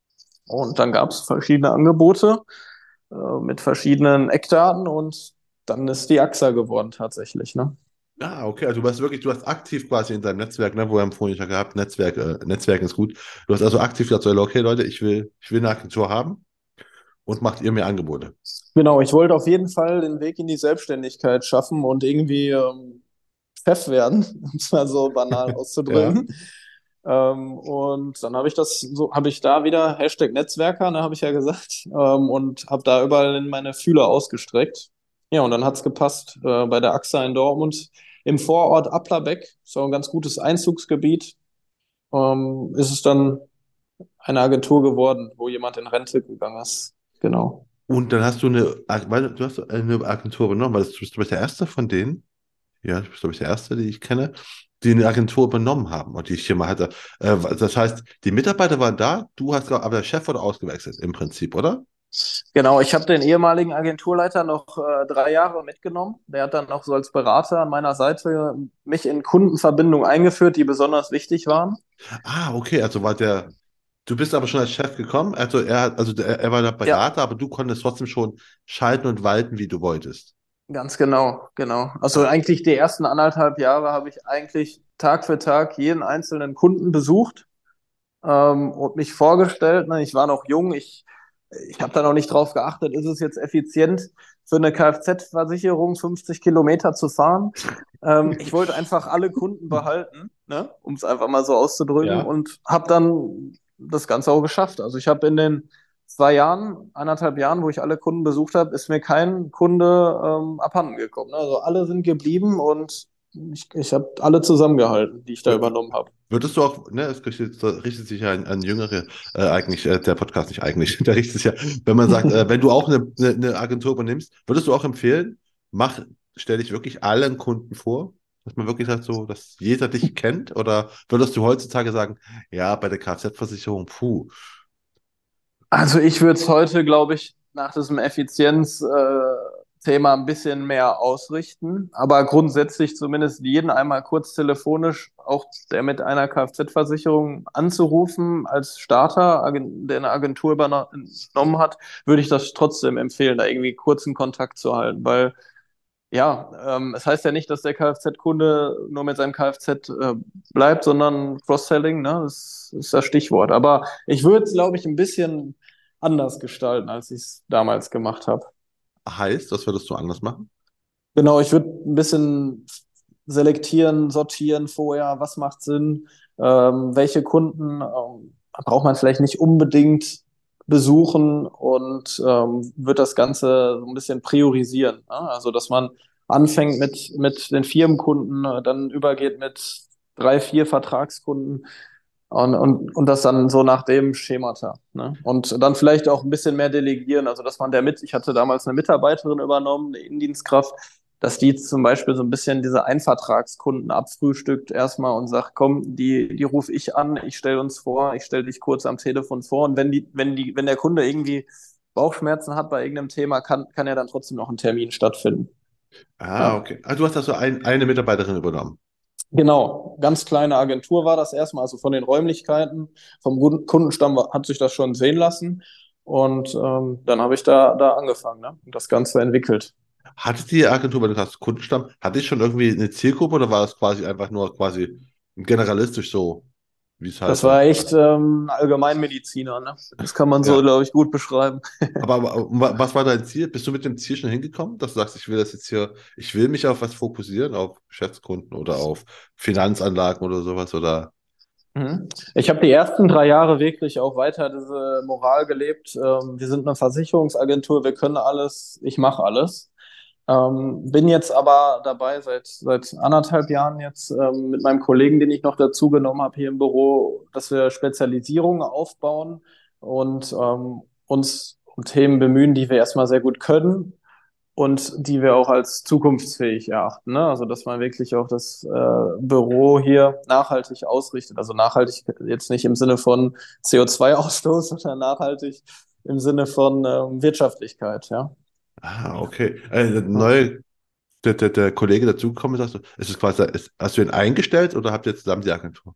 Und dann gab es verschiedene Angebote äh, mit verschiedenen Eckdaten und dann ist die AXA geworden tatsächlich, ne? Ah, okay, also du hast wirklich, du hast aktiv quasi in deinem Netzwerk, ne, wo wir haben vorhin ja gehabt, Netzwerk, äh, Netzwerk ist gut. Du hast also aktiv gesagt, so, okay, Leute, ich will, ich will eine Agentur haben und macht ihr mir Angebote. Genau, ich wollte auf jeden Fall den Weg in die Selbstständigkeit schaffen und irgendwie ähm, Chef werden, um es mal so banal Ja. auszudrücken. Ähm, und dann habe ich das, so habe ich da wieder Hashtag Netzwerker, ne, habe ich ja gesagt, ähm, und habe da überall in meine Fühler ausgestreckt. Ja, und dann hat's gepasst äh, bei der AXA in Dortmund im Vorort Applerbeck, so ein ganz gutes Einzugsgebiet, ähm, ist es dann eine Agentur geworden, wo jemand in Rente gegangen ist. Genau. Und dann hast du eine, Ag- weil du hast eine Agentur übernommen, weil du bist, du bist der Erste von denen. Ja, du bist, glaube ich, der Erste, die ich kenne, die eine Agentur übernommen haben und die ich hier mal hatte. Äh, das heißt, die Mitarbeiter waren da, du hast, aber der Chef wurde ausgewechselt im Prinzip, oder? Genau, ich habe den ehemaligen Agenturleiter noch äh, drei Jahre mitgenommen. Der hat dann auch so als Berater an meiner Seite mich in Kundenverbindungen eingeführt, die besonders wichtig waren. Ah, okay, also war der, du bist aber schon als Chef gekommen, also er hat, also der, er war der Ja, Berater, aber du konntest trotzdem schon schalten und walten, wie du wolltest. ganz genau, genau. Also Ah, eigentlich die ersten anderthalb Jahre habe ich eigentlich Tag für Tag jeden einzelnen Kunden besucht ähm, und mich vorgestellt. Ne? Ich war noch jung, ich, ich habe da noch nicht drauf geachtet, ist es jetzt effizient für eine Kfz-Versicherung fünfzig Kilometer zu fahren. Ähm, ich wollte einfach alle Kunden behalten, ne? Um es einfach mal so auszudrücken ja. und habe dann das Ganze auch geschafft. Also ich habe in den zwei Jahren, eineinhalb Jahren, wo ich alle Kunden besucht habe, ist mir kein Kunde ähm, abhanden gekommen. Ne? Also alle sind geblieben und ich, ich habe alle zusammengehalten, die ich da W- w- übernommen habe. Würdest du auch, ne, es richtet, richtet sich ja an, an Jüngere, äh, eigentlich, äh, der Podcast nicht eigentlich, der richtet sich ja, wenn man sagt, äh, wenn du auch eine, eine, eine Agentur übernimmst, würdest du auch empfehlen, mach, stell dich wirklich allen Kunden vor, dass man wirklich sagt, so, dass jeder dich kennt, oder würdest du heutzutage sagen, ja, bei der Kfz-Versicherung, puh, Also ich würde es heute, glaube ich, nach diesem Effizienz-Thema ein bisschen mehr ausrichten, aber grundsätzlich zumindest jeden einmal kurz telefonisch, auch der mit einer Kfz-Versicherung anzurufen als Starter, Agen- der eine Agentur übernommen hat, würde ich das trotzdem empfehlen, da irgendwie kurzen Kontakt zu halten, weil ja, ähm, es heißt ja nicht, dass der Kfz-Kunde nur mit seinem Kfz äh, bleibt, sondern Cross-Selling, ne, das ist das Stichwort. Aber ich würde es, glaube ich, ein bisschen anders gestalten, als ich es damals gemacht habe. heißt, das würdest du anders machen? Genau, ich würde ein bisschen selektieren, sortieren vorher, was macht Sinn, ähm, welche Kunden ähm, braucht man vielleicht nicht unbedingt besuchen und ähm, wird das Ganze so ein bisschen priorisieren. Ne? Also, dass man anfängt mit, mit den Firmenkunden, äh, dann übergeht mit drei, vier Vertragskunden und, und, und das dann so nach dem Schemata. Ne? Und dann vielleicht auch ein bisschen mehr delegieren, also dass man der mit, ich hatte damals eine Mitarbeiterin übernommen, eine Indienstkraft, dass die zum Beispiel so ein bisschen diese Einvertragskunden abfrühstückt erstmal und sagt, komm, die, die rufe ich an, ich stelle uns vor, ich stelle dich kurz am Telefon vor und wenn die, wenn die, wenn der Kunde irgendwie Bauchschmerzen hat bei irgendeinem Thema, kann, kann ja dann trotzdem noch ein Termin stattfinden. Ah, Ja. okay. Ah, du hast also ein, eine Mitarbeiterin übernommen. Genau, ganz kleine Agentur war das erstmal, also von den Räumlichkeiten, vom Gun- Kundenstamm war- hat sich das schon sehen lassen. Und ähm, dann habe ich da, da angefangen, ne? Und das Ganze entwickelt. Hatte die Agentur, weil du hast Kundenstamm, hatte ich schon irgendwie eine Zielgruppe oder war es quasi einfach nur quasi generalistisch so, wie es halt Das dann war echt quasi. ähm, Allgemeinmediziner, ne? Das kann man so, Ja. glaube ich, gut beschreiben. Aber, aber wa- was war dein Ziel? Bist du mit dem Ziel schon hingekommen, dass du sagst, ich will das jetzt hier, ich will mich auf was fokussieren, auf Geschäftskunden oder auf Finanzanlagen oder sowas oder? Mhm. Ich habe die ersten drei Jahre wirklich auch weiter diese Moral gelebt. Ähm, wir sind eine Versicherungsagentur, wir können alles, ich mache alles. Ähm, bin jetzt aber dabei seit, seit anderthalb Jahren jetzt ähm, mit meinem Kollegen, den ich noch dazu genommen habe hier im Büro, dass wir Spezialisierungen aufbauen und ähm, uns um Themen bemühen, die wir erstmal sehr gut können und die wir auch als zukunftsfähig erachten. Ne? Also dass man wirklich auch das äh, Büro hier nachhaltig ausrichtet. Also nachhaltig jetzt nicht im Sinne von C O zwei Ausstoß, sondern nachhaltig im Sinne von ähm, Wirtschaftlichkeit, ja. Ah, okay. Äh, der neue, der, der, der Kollege dazugekommen ist, hast du, ist es quasi, ist, hast du ihn eingestellt oder habt ihr zusammen die Agentur?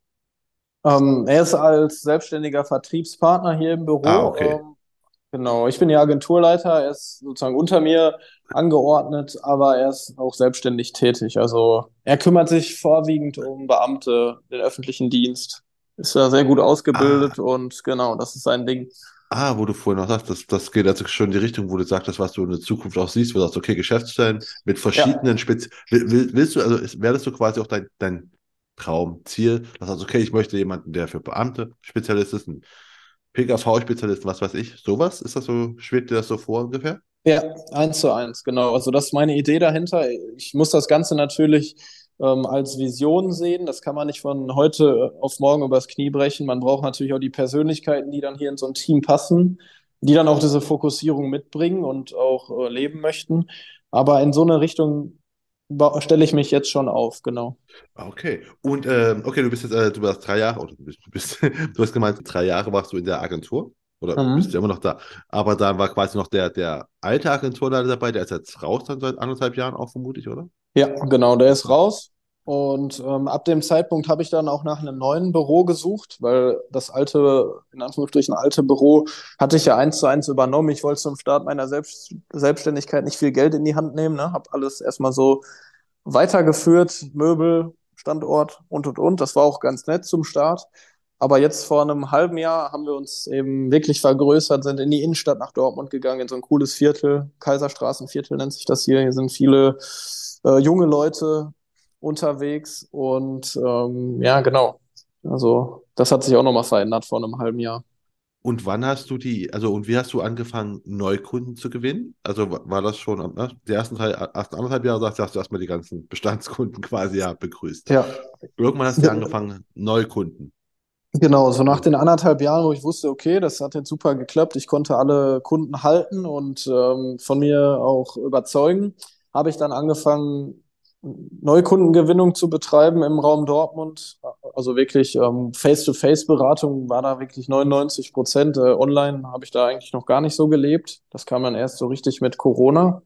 Ähm, er ist als selbstständiger Vertriebspartner hier im Ah, okay. Büro. Ähm, genau, ich bin ja Agenturleiter, er ist sozusagen unter mir angeordnet, aber er ist auch selbstständig tätig. Also er kümmert sich vorwiegend um Beamte, den öffentlichen Dienst, ist da sehr gut Ah, ausgebildet und genau, das ist sein Ding. ah, wo du vorhin noch sagst, das, das geht also schon in die Richtung, wo du sagst, was du in der Zukunft auch siehst, wo du sagst, okay, Geschäftsstellen mit Ja, verschiedenen Spez will, will, willst du, also ist, wäre das so quasi auch dein, dein Traumziel, dass du sagst, okay, ich möchte jemanden, der für Beamte Spezialist ist, ein P K V-Spezialist, was weiß ich, sowas? Ist das so, schwebt dir das so vor ungefähr? ja, eins zu eins, genau. Also das ist meine Idee dahinter. Ich muss das Ganze natürlich ähm, als Vision sehen. Das kann man nicht von heute auf morgen übers Knie brechen. Man braucht natürlich auch die Persönlichkeiten, die dann hier in so ein Team passen, die dann auch diese Fokussierung mitbringen und auch äh, leben möchten. Aber in so eine Richtung ba- stelle ich mich jetzt schon auf, genau. Ah, okay. Und ähm, okay, du bist jetzt, äh, du warst drei Jahre, oder du bist, du bist, du hast gemeint, drei Jahre warst du in der Agentur oder bist Mhm. ja immer noch da. Aber da war quasi noch der, der alte Agenturleiter dabei, der ist jetzt raus dann seit anderthalb Jahren auch vermutlich, oder? Ja, genau, der ist Okay. raus. Und ähm, ab dem Zeitpunkt habe ich dann auch nach einem neuen Büro gesucht, weil das alte, in Anführungsstrichen alte Büro hatte ich ja eins zu eins übernommen. Ich wollte zum Start meiner Selbst Selbstständigkeit nicht viel Geld in die Hand nehmen, ne? Habe alles erstmal so weitergeführt, Möbel, Standort und und und. Das war auch ganz nett zum Start. Aber jetzt vor einem halben Jahr haben wir uns eben wirklich vergrößert, sind in die Innenstadt nach Dortmund gegangen, in so ein cooles Viertel, Kaiserstraßenviertel nennt sich das hier. Hier sind viele äh, junge Leute unterwegs und ähm, ja, genau. Also das hat sich auch nochmal verändert vor einem halben Jahr. Und wann hast du die, also und wie hast du angefangen, Neukunden zu gewinnen? Also wa- war das schon am- ne, die ersten drei, ersten anderthalb Jahre, sagst, hast du erstmal die ganzen Bestandskunden quasi ja begrüßt. Ja, Irgendwann hast du ja angefangen, Neukunden. genau, so nach Also, den anderthalb Jahren, wo ich wusste, okay, das hat jetzt super geklappt, ich konnte alle Kunden halten und ähm, von mir auch überzeugen, habe ich dann angefangen, Neukundengewinnung zu betreiben im Raum Dortmund. Also wirklich ähm, Face-to-Face-Beratung war da wirklich neunundneunzig Prozent. Äh, online habe ich da eigentlich noch gar nicht so gelebt. Das kam dann erst so richtig mit Corona.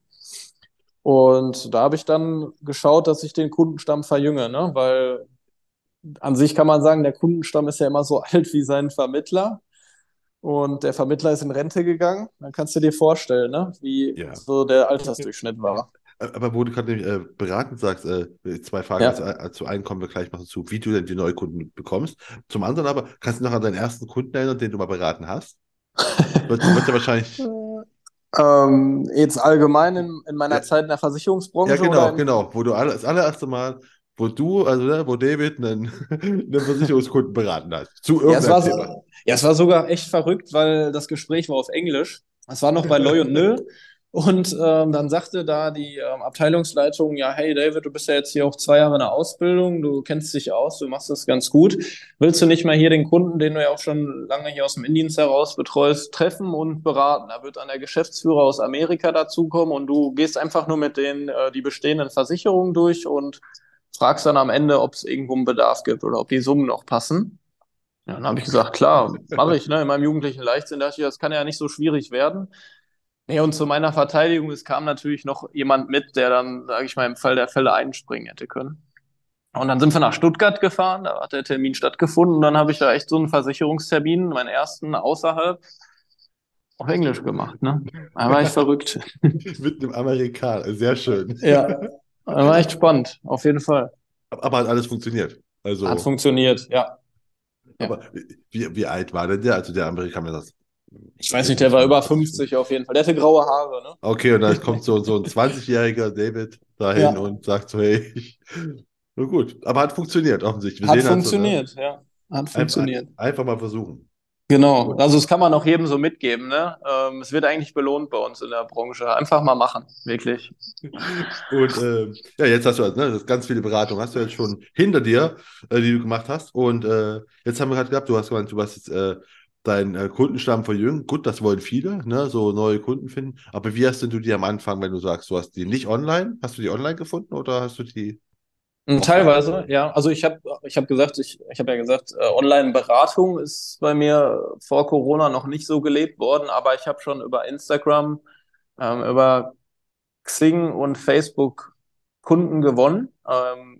Und da habe ich dann geschaut, dass ich den Kundenstamm verjünge, ne? Weil an sich kann man sagen, der Kundenstamm ist ja immer so alt wie sein Vermittler. Und der Vermittler ist in Rente gegangen. Dann kannst du dir vorstellen, ne? Wie ja. so der Altersdurchschnitt war. Aber wo du gerade äh, beratend sagst, äh, zwei Fragen. Also, Ja. äh, zu einem kommen wir gleich noch dazu, wie du denn die Neukunden bekommst. Zum anderen aber, kannst du dich noch an deinen ersten Kunden erinnern, den du mal beraten hast? Wird, wird ja wahrscheinlich. Ähm, jetzt allgemein in, in Ja, meiner Zeit in der ja, Versicherungsbranche oder genau, im, genau. Wo du alle, das allererste Mal, wo du, also ne, wo David einen, einen Versicherungskunden beraten hat. Zu ja, es irgendeinem war, Thema. so- ja, es war sogar echt verrückt, weil das Gespräch war auf Englisch. Es war noch bei Loy und Nö. Und ähm, dann sagte da die ähm, Abteilungsleitung, ja, hey David, du bist ja jetzt hier auch zwei Jahre in der Ausbildung, du kennst dich aus, du machst das ganz gut. Willst du nicht mal hier den Kunden, den du ja auch schon lange hier aus dem Indienst heraus betreust, treffen und beraten? Da wird dann der Geschäftsführer aus Amerika dazukommen und du gehst einfach nur mit denen äh, die bestehenden Versicherungen durch und fragst dann am Ende, ob es irgendwo einen Bedarf gibt oder ob die Summen noch passen. Ja, dann habe ich gesagt, klar, mache ich, ne? In meinem jugendlichen Leichtsinn dachte ich, das kann ja nicht so schwierig werden. Nee, und zu meiner Verteidigung, es kam natürlich noch jemand mit, der dann, sage ich mal, im Fall der Fälle einspringen hätte können. Und dann sind wir nach Stuttgart gefahren, da hat der Termin stattgefunden und dann habe ich da echt so einen Versicherungstermin, meinen ersten außerhalb, auf Englisch gemacht, ne? Da war ich verrückt. Mit einem Amerikaner, sehr schön. Ja, da war echt spannend, auf jeden Fall. Aber hat alles funktioniert. Hat Also, funktioniert, ja. Ja. aber wie, wie alt war denn der? Also der Amerikaner, das Ich weiß nicht, der war über fünfzig auf jeden Fall. Der hatte graue Haare, ne? Okay, und dann kommt so, so ein zwanzig-jähriger David dahin Ja, und sagt so, hey, ich, na gut, aber hat funktioniert offensichtlich. Wir hat sehen halt so, ne? funktioniert, ja. Hat Einfach, funktioniert. einfach mal versuchen. Genau, Gut. also das kann man auch jedem so mitgeben, ne? Ähm, es wird eigentlich belohnt bei uns in der Branche. Einfach mal machen, wirklich. Und ähm, ja, jetzt hast du halt, ne, das ganz viele Beratungen hast du jetzt schon hinter dir, äh, die du gemacht hast. Und äh, jetzt haben wir gerade gehabt, du hast gemeint, du hast jetzt äh, deinen äh, Kundenstamm verjüngt. Gut, das wollen viele, ne, so neue Kunden finden. Aber wie hast denn du die am Anfang, wenn du sagst, du hast die nicht online? Hast du die online gefunden oder hast du die Und offline? teilweise, ja. Also ich habe ich hab gesagt, ich, ich habe ja gesagt, äh, Online-Beratung ist bei mir vor Corona noch nicht so gelebt worden, aber ich habe schon über Instagram, ähm, über Xing und Facebook Kunden gewonnen. Ähm,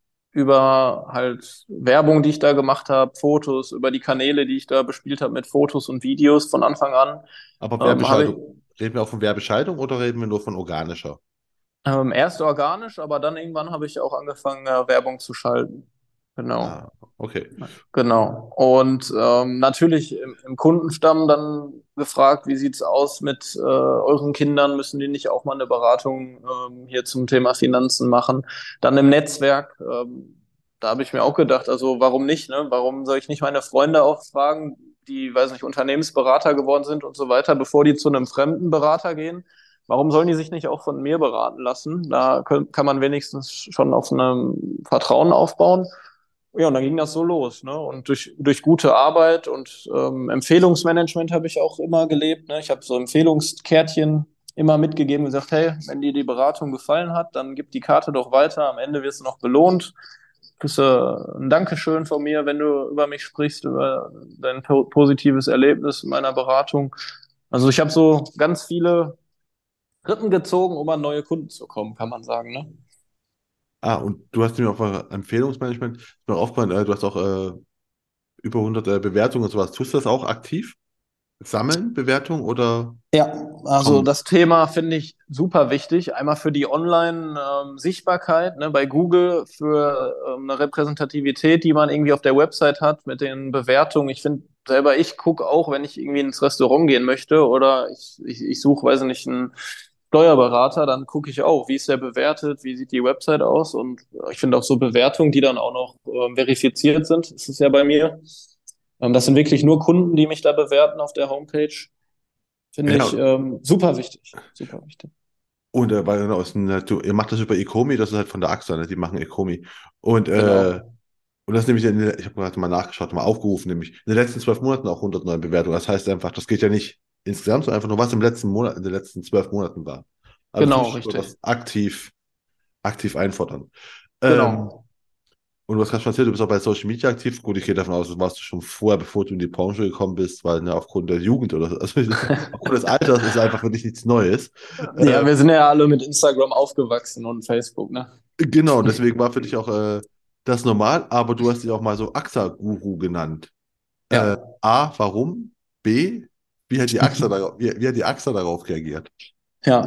über halt Werbung, die ich da gemacht habe, Fotos, über die Kanäle, die ich da bespielt habe mit Fotos und Videos von Anfang an, Aber ähm, habe ich Werbeschaltung, reden wir auch von Werbeschaltung oder reden wir nur von organischer? ähm, erst organisch, aber dann irgendwann habe ich auch angefangen, äh, Werbung zu schalten. Genau. Ah, okay. Genau. Und ähm, natürlich im, im Kundenstamm dann gefragt, wie sieht's aus mit äh, euren Kindern? Müssen die nicht auch mal eine Beratung ähm, hier zum Thema Finanzen machen? Dann im Netzwerk, ähm, da habe ich mir auch gedacht, also warum nicht, ne? Warum soll ich nicht meine Freunde auch fragen, die, weiß nicht, Unternehmensberater geworden sind und so weiter, bevor die zu einem fremden Berater gehen? Warum sollen die sich nicht auch von mir beraten lassen? Da können, kann man wenigstens schon auf einem Vertrauen aufbauen. Ja, und dann ging das so los, ne? Und durch, durch gute Arbeit und ähm, Empfehlungsmanagement habe ich auch immer gelebt, ne? Ich habe so Empfehlungskärtchen immer mitgegeben und gesagt, hey, wenn dir die Beratung gefallen hat, dann gib die Karte doch weiter. Am Ende wirst du noch belohnt. Kriegst du ein Dankeschön von mir, wenn du über mich sprichst, über dein po positives Erlebnis in meiner Beratung. Also ich habe so ganz viele Rippen gezogen, um an neue Kunden zu kommen, kann man sagen, ne? Ah, und du hast mir auch mal Empfehlungsmanagement, ist mir aufgefallen, äh, du hast auch äh, über hundert äh, Bewertungen und sowas. Tust du das auch aktiv? Sammeln, Bewertungen oder Ja, also kommen? das Thema finde ich super wichtig. Einmal für die Online-Sichtbarkeit, ne, bei Google, für ähm, eine Repräsentativität, die man irgendwie auf der Website hat mit den Bewertungen. Ich finde selber, ich gucke auch, wenn ich irgendwie ins Restaurant gehen möchte oder ich, ich, ich suche, weiß nicht, einen Steuerberater, dann gucke ich auch, wie ist der bewertet, wie sieht die Website aus und ich finde auch so Bewertungen, die dann auch noch ähm, verifiziert sind, ist es ja bei mir. Ähm, das sind wirklich nur Kunden, die mich da bewerten auf der Homepage. Finde ich Ja, ähm, super wichtig. Super wichtig. und äh, weil genau, ist ein, äh, du, ihr macht das über Ecomi, das ist halt von der AXA, ne? Die machen Ecomi. Und, äh, Genau. und das ist nämlich, in den- ich habe gerade mal nachgeschaut, mal aufgerufen, nämlich in den letzten zwölf Monaten auch hundertneun Bewertungen. Das heißt einfach, das geht ja nicht insgesamt, sondern einfach nur, was im letzten Monat, in den letzten zwölf Monaten war. Also Genau, tust du richtig. das aktiv, aktiv einfordern. Ähm, Genau. Und du hast gerade schon erzählt, du bist auch bei Social Media aktiv. Gut, ich gehe davon aus, das warst du schon vorher, bevor du in die Branche gekommen bist, weil ne, aufgrund der Jugend oder so, also aufgrund des Alters ist es einfach für dich nichts Neues. Ja, Äh, wir sind ja alle mit Instagram aufgewachsen und Facebook, ne? genau, deswegen war für dich auch äh, das normal, aber du hast dich auch mal so AXA-Guru genannt. Äh, Ja. A, warum? B, wie hat die AXA darauf, wie, wie hat die AXA darauf reagiert? Ja.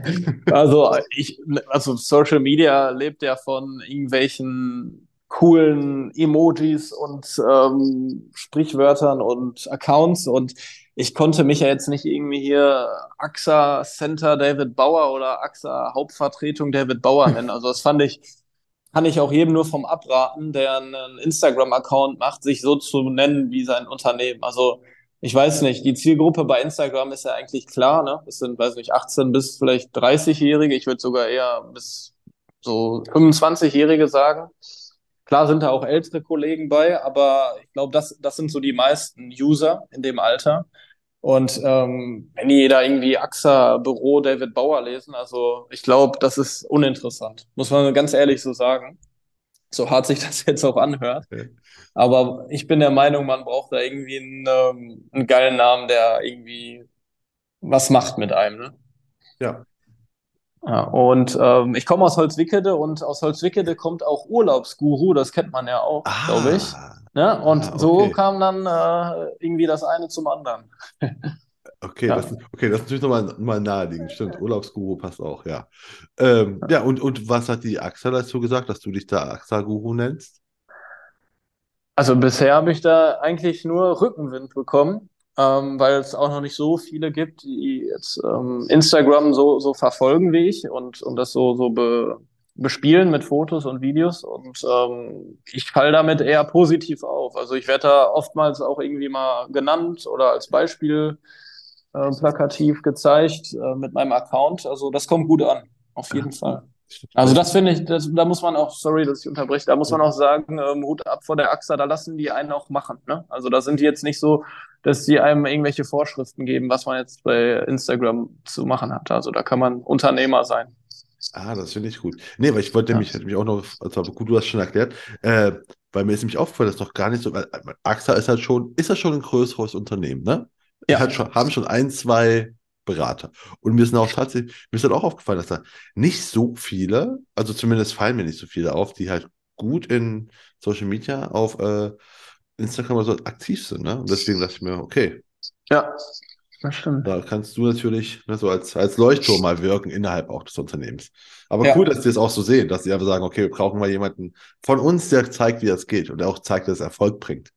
Also ich, also Social Media lebt ja von irgendwelchen coolen Emojis und ähm, Sprichwörtern und Accounts und ich konnte mich ja jetzt nicht irgendwie hier AXA Center David Bauer oder AXA Hauptvertretung David Bauer nennen. Also das fand ich, kann ich auch jedem nur vom abraten, der einen Instagram-Account macht, sich so zu nennen wie sein Unternehmen. Also ich weiß nicht, die Zielgruppe bei Instagram ist ja eigentlich klar, ne? Es sind, weiß nicht, achtzehn bis vielleicht dreißig-Jährige. Ich würde sogar eher bis so fünfundzwanzig-Jährige sagen. Klar sind da auch ältere Kollegen bei, aber ich glaube, das, das sind so die meisten User in dem Alter. Und ähm, wenn die da irgendwie AXA, Büro, David Bauer lesen, also ich glaube, das ist uninteressant. Muss man ganz ehrlich so sagen. So hart sich das jetzt auch anhört. Okay. Aber ich bin der Meinung, man braucht da irgendwie einen, ähm, einen geilen Namen, der irgendwie was macht mit einem, ne? Ja. Ja, und ähm, ich komme aus Holzwickede und aus Holzwickede kommt auch Urlaubsguru, das kennt man ja auch, glaube ich. Ah, Ne? Und ah, so okay. kam dann äh, irgendwie das eine zum anderen. Okay, das, Ja. okay, das ist natürlich nochmal mal naheliegend. Stimmt, Urlaubsguru passt auch, ja. Ähm, ja, und, und was hat die AXA dazu gesagt, dass du dich da AXA-Guru nennst? Also bisher habe ich da eigentlich nur Rückenwind bekommen, ähm, weil es auch noch nicht so viele gibt, die jetzt ähm, Instagram so, so verfolgen wie ich und, und das so, so be, bespielen mit Fotos und Videos. Und ähm, ich falle damit eher positiv auf. Also ich werde da oftmals auch irgendwie mal genannt oder als Beispiel äh, plakativ gezeigt äh, mit meinem Account. Also das kommt gut an, auf Ah, jeden Fall. Also das, das finde ich, das, da muss man auch, sorry, dass ich unterbreche, da muss ja. man auch sagen, ähm, Hut ab vor der AXA, da lassen die einen auch machen. Ne? Also da sind die jetzt nicht so, dass die einem irgendwelche Vorschriften geben, was man jetzt bei Instagram zu machen hat. Also da kann man Unternehmer sein. Ah, das finde ich gut. Nee, weil ich wollte Ja, nämlich, hätte mich auch noch, also gut, du hast schon erklärt, äh, weil mir ist nämlich aufgefallen, dass doch gar nicht so, weil äh, AXA ist halt schon, ist ja schon ein größeres Unternehmen, ne? ja, Hat schon, haben schon ein, zwei Berater. Und mir sind auch tatsächlich, mir ist halt auch aufgefallen, dass da nicht so viele, also zumindest fallen mir nicht so viele auf, die halt gut in Social Media auf äh, Instagram oder so aktiv sind, ne? Und deswegen dachte ich mir, okay, ja, das stimmt. da kannst du natürlich ne, so als, als Leuchtturm mal wirken innerhalb auch des Unternehmens. Aber cool, dass Ja, die es auch so sehen, dass sie einfach sagen, okay, wir brauchen mal jemanden von uns, der zeigt, wie das geht und der auch zeigt, dass es Erfolg bringt.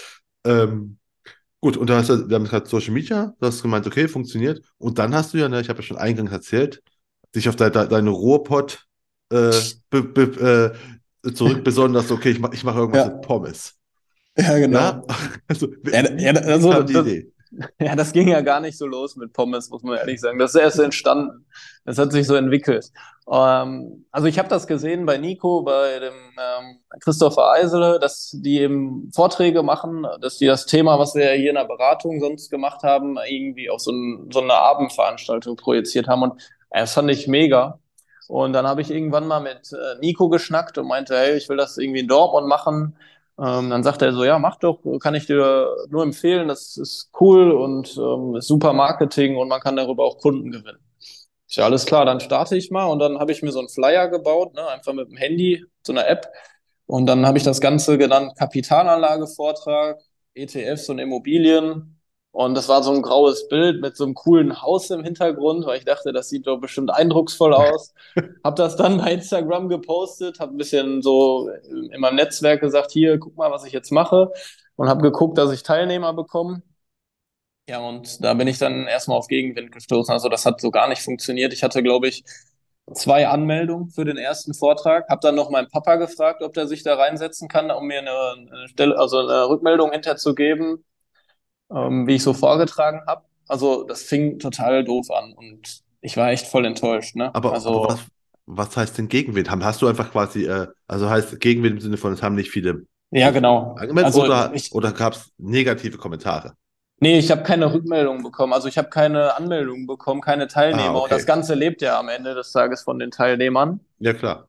Ähm, gut, und da hast du, wir haben gerade Social Media, du hast gemeint, okay, funktioniert. Und dann hast du ja, ne, ich habe ja schon eingangs erzählt, dich auf de, de, deine Ruhrpott äh, be, be, äh, zurückbesonnen, dass du, okay, ich mache ich mach irgendwas mit ja, Pommes. ja, Ja, genau. also Ja, wie, ja, wie also kam die das, Idee? ja, das ging ja gar nicht so los mit Pommes, muss man ehrlich sagen. Das ist erst entstanden. Das hat sich so entwickelt. Ähm, also ich habe das gesehen bei Nico, bei dem ähm, Christopher Eisele, dass die eben Vorträge machen, dass die das Thema, was wir hier in der Beratung sonst gemacht haben, irgendwie auf so, ein, so eine Abendveranstaltung projiziert haben. Und äh, das fand ich mega. Und dann habe ich irgendwann mal mit äh, Nico geschnackt und meinte, hey, ich will das irgendwie in Dortmund machen. Ähm, dann sagt er so, ja, mach doch, kann ich dir nur empfehlen, das ist cool und ähm, ist super Marketing und man kann darüber auch Kunden gewinnen. Ist ja alles klar, dann starte ich mal und dann habe ich mir so einen Flyer gebaut, ne, einfach mit dem Handy, so einer App. Und dann habe ich das Ganze genannt Kapitalanlagevortrag, E T Fs und Immobilien. Und das war so ein graues Bild mit so einem coolen Haus im Hintergrund, weil ich dachte, das sieht doch bestimmt eindrucksvoll aus. Hab das dann bei Instagram gepostet, hab ein bisschen so in meinem Netzwerk gesagt, hier, guck mal, was ich jetzt mache. Und habe geguckt, dass ich Teilnehmer bekomme. Ja, und da bin ich dann erstmal auf Gegenwind gestoßen. Also das hat so gar nicht funktioniert. Ich hatte, glaube ich, zwei Anmeldungen für den ersten Vortrag. Habe dann noch meinen Papa gefragt, ob der sich da reinsetzen kann, um mir eine, eine Stelle, also eine Rückmeldung hinterzugeben, ähm, wie ich so vorgetragen habe. Also das fing total doof an und ich war echt voll enttäuscht, ne? Aber, aber was, Also was heißt denn Gegenwind? Haben, hast du einfach quasi, äh, also heißt Gegenwind im Sinne von, es haben nicht viele ja, sich genau. angemeldet Also oder, ich, oder gab es negative Kommentare? nee, ich habe keine Rückmeldung bekommen. Also ich habe keine Anmeldung bekommen, keine Ah, Teilnehmer. Und das okay. Ganze lebt ja am Ende des Tages von den Teilnehmern. Ja, klar.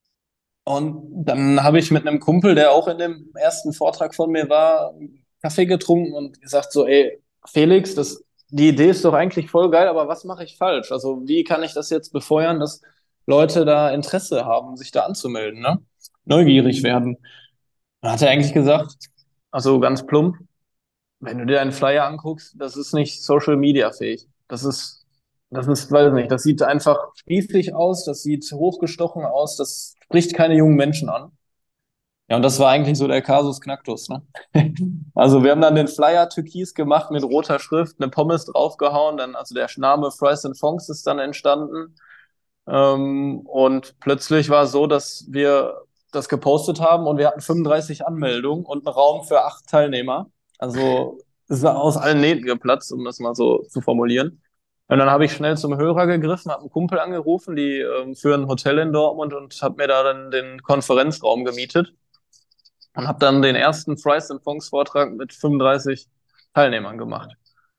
Und dann habe ich mit einem Kumpel, der auch in dem ersten Vortrag von mir war, Kaffee getrunken und gesagt so, ey, Felix, das, die Idee ist doch eigentlich voll geil, aber was mache ich falsch? Also wie kann ich das jetzt befeuern, dass Leute da Interesse haben, sich da anzumelden, ne? Neugierig werden. Dann hat er eigentlich gesagt, also ganz plump, wenn du dir einen Flyer anguckst, das ist nicht Social Media fähig. Das ist, das ist, weiß nicht, das sieht einfach spießig aus, das sieht hochgestochen aus, das spricht keine jungen Menschen an. Ja, und das war eigentlich so der Kasus Knacktus, ne? Also wir haben dann den Flyer türkis gemacht mit roter Schrift, eine Pommes draufgehauen, dann also der Name Fries and Fonks ist dann entstanden. Ähm, und plötzlich war es so, dass wir das gepostet haben und wir hatten fünfunddreißig Anmeldungen und einen Raum für acht Teilnehmer. Also es war aus allen Nähten geplatzt, um das mal so zu formulieren. Und dann habe ich schnell zum Hörer gegriffen, habe einen Kumpel angerufen, die ähm, führen ein Hotel in Dortmund und habe mir da dann den Konferenzraum gemietet und habe dann den ersten Fries and Fonks Vortrag mit fünfunddreißig Teilnehmern gemacht.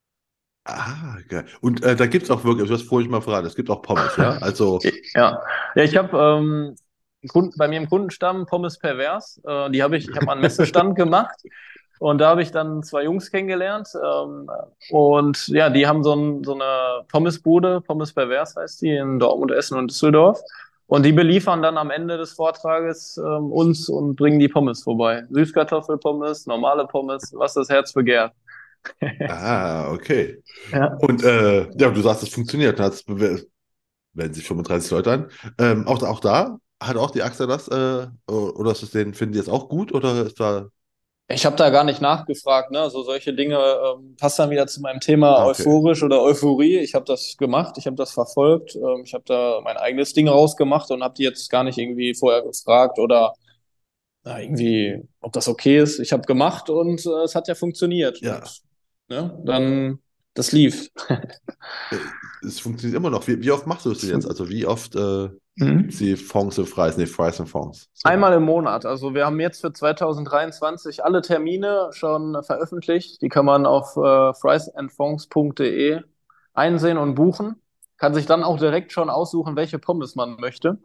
Ah, geil. Und äh, da gibt es auch wirklich, du hast vorhin mal verraten, es gibt auch Pommes, ja? Also, Ja, ja, ich habe ähm, Kunden, bei mir im Kundenstamm Pommes Pervers, äh, die habe ich, ich habe mal einen Messestand gemacht und da habe ich dann zwei Jungs kennengelernt ähm, und ja, die haben so, ein, so eine Pommesbude, Pommes Pervers heißt die, in Dortmund, Essen und Düsseldorf und die beliefern dann am Ende des Vortrages ähm, uns und bringen die Pommes vorbei. Süßkartoffelpommes, normale Pommes, was das Herz begehrt. ah, okay. Ja. Und äh, ja, du sagst, es funktioniert. Hat's, melden sich fünfunddreißig Leute an. Ähm, auch, auch da hat auch die AXA das, äh, oder ist es den, finden die es auch gut oder ist da, Ich habe da gar nicht nachgefragt, ne? Also solche Dinge ähm, passen dann wieder zu meinem Thema ah, okay. euphorisch oder Euphorie. Ich habe das gemacht, ich habe das verfolgt, ähm, ich habe da mein eigenes Ding rausgemacht und habe die jetzt gar nicht irgendwie vorher gefragt oder na, irgendwie, ob das okay ist. Ich habe gemacht und äh, es hat ja funktioniert Ja, und ne, dann das lief. äh, es funktioniert immer noch. Wie, wie oft machst du es denn jetzt? Also wie oft äh, gibt es Mhm. die Fonds und Fries? Nee, Fries und Fonds. So. Einmal im Monat. Also wir haben jetzt für zwanzig dreiundzwanzig alle Termine schon veröffentlicht. Die kann man auf äh, friesandfonds punkt de einsehen und buchen. Kann sich dann auch direkt schon aussuchen, welche Pommes man möchte.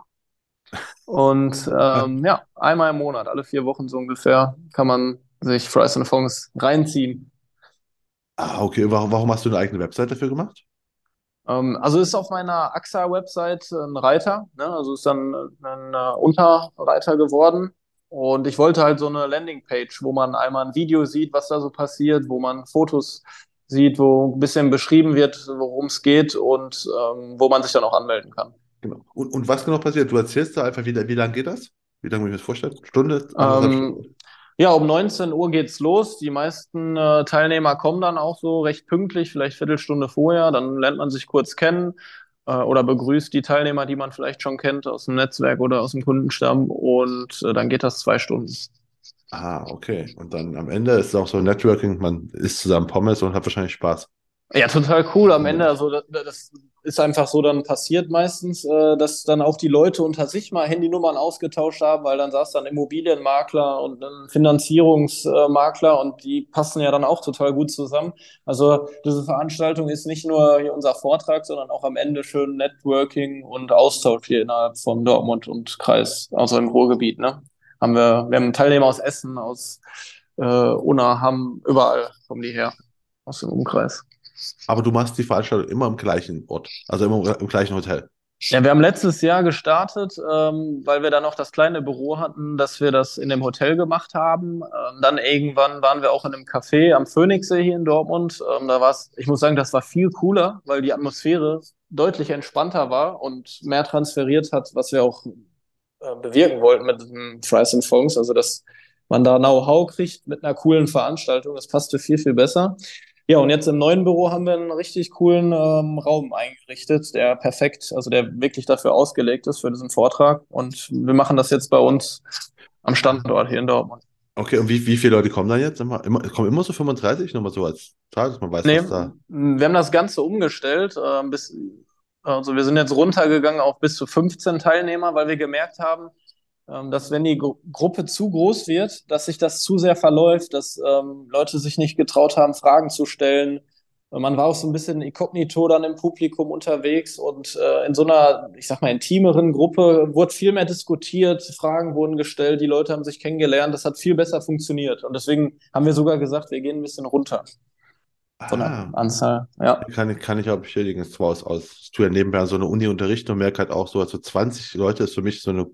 Und Ah, ähm, ja, einmal im Monat, alle vier Wochen so ungefähr, kann man sich Fries and Fonds reinziehen. ah, okay. Warum, warum hast du eine eigene Website dafür gemacht? Ähm, also ist auf meiner AXA-Website ein Reiter, ne? Also ist dann ein äh, Unterreiter geworden. Und ich wollte halt so eine Landingpage, wo man einmal ein Video sieht, was da so passiert, wo man Fotos sieht, wo ein bisschen beschrieben wird, worum es geht und ähm, wo man sich dann auch anmelden kann. Genau. Und, und was genau passiert? Du erzählst da einfach, wie, wie lange geht das? Wie lange muss ich mir das vorstellen? Stunde, anderthalb Ähm, Stunden? ja, um neunzehn Uhr geht's los. Die meisten äh, Teilnehmer kommen dann auch so recht pünktlich, vielleicht Viertelstunde vorher. Dann lernt man sich kurz kennen äh, oder begrüßt die Teilnehmer, die man vielleicht schon kennt aus dem Netzwerk oder aus dem Kundenstamm. Und äh, dann geht das zwei Stunden. Ah, okay. Und dann am Ende ist es auch so Networking, man isst zusammen Pommes und hat wahrscheinlich Spaß. Ja, total cool am Am Ende. Ende. Also das, das ist einfach so dann passiert meistens, äh, dass dann auch die Leute unter sich mal Handynummern ausgetauscht haben, weil dann saß dann Immobilienmakler und ein Finanzierungsmakler und die passen ja dann auch total gut zusammen. Also diese Veranstaltung ist nicht nur hier unser Vortrag, sondern auch am Ende schön Networking und Austausch hier innerhalb von Dortmund und Kreis, also im Ruhrgebiet, ne? Haben wir, wir haben Teilnehmer aus Essen, aus äh, Unna, Hamm, überall kommen die her, aus dem Umkreis. Aber du machst die Veranstaltung immer im gleichen Ort, also immer im gleichen Hotel. Ja, wir haben letztes Jahr gestartet, ähm, weil wir da noch das kleine Büro hatten, dass wir das in dem Hotel gemacht haben. Ähm, dann irgendwann waren wir auch in einem Café am Phoenixsee hier in Dortmund. Ähm, da war es, ich muss sagen, das war viel cooler, weil die Atmosphäre deutlich entspannter war und mehr transferiert hat, was wir auch äh, bewirken wollten mit dem Fries and Fonks. Also, dass man da Know-how kriegt mit einer coolen Veranstaltung. Das passte viel, viel besser. Ja, und jetzt im neuen Büro haben wir einen richtig coolen ähm, Raum eingerichtet, der perfekt, also der wirklich dafür ausgelegt ist für diesen Vortrag. Und wir machen das jetzt bei uns am Ah, Standort hier in Dortmund. okay, und wie, wie viele Leute kommen da jetzt? Immer, immer, kommen immer so fünfunddreißig? Nur mal so als Zahl, dass man weiß, Nee, was da. wir haben das Ganze umgestellt. Äh, bis, also wir sind jetzt runtergegangen auf bis zu fünfzehn Teilnehmer, weil wir gemerkt haben, ähm, dass wenn die Gru Gruppe zu groß wird, dass sich das zu sehr verläuft, dass ähm, Leute sich nicht getraut haben, Fragen zu stellen. Man war auch so ein bisschen inkognito dann im Publikum unterwegs und äh, in so einer, ich sag mal, intimeren Gruppe wurde viel mehr diskutiert, Fragen wurden gestellt, die Leute haben sich kennengelernt, das hat viel besser funktioniert. Und deswegen haben wir sogar gesagt, wir gehen ein bisschen runter von der Ah, Anzahl. Ja. kann ich, kann ich auch bestätigen. Es war aus, aus, ich tue ja nebenbei an so eine Uni unterrichten und merke halt auch so, also zwanzig Leute ist für mich so eine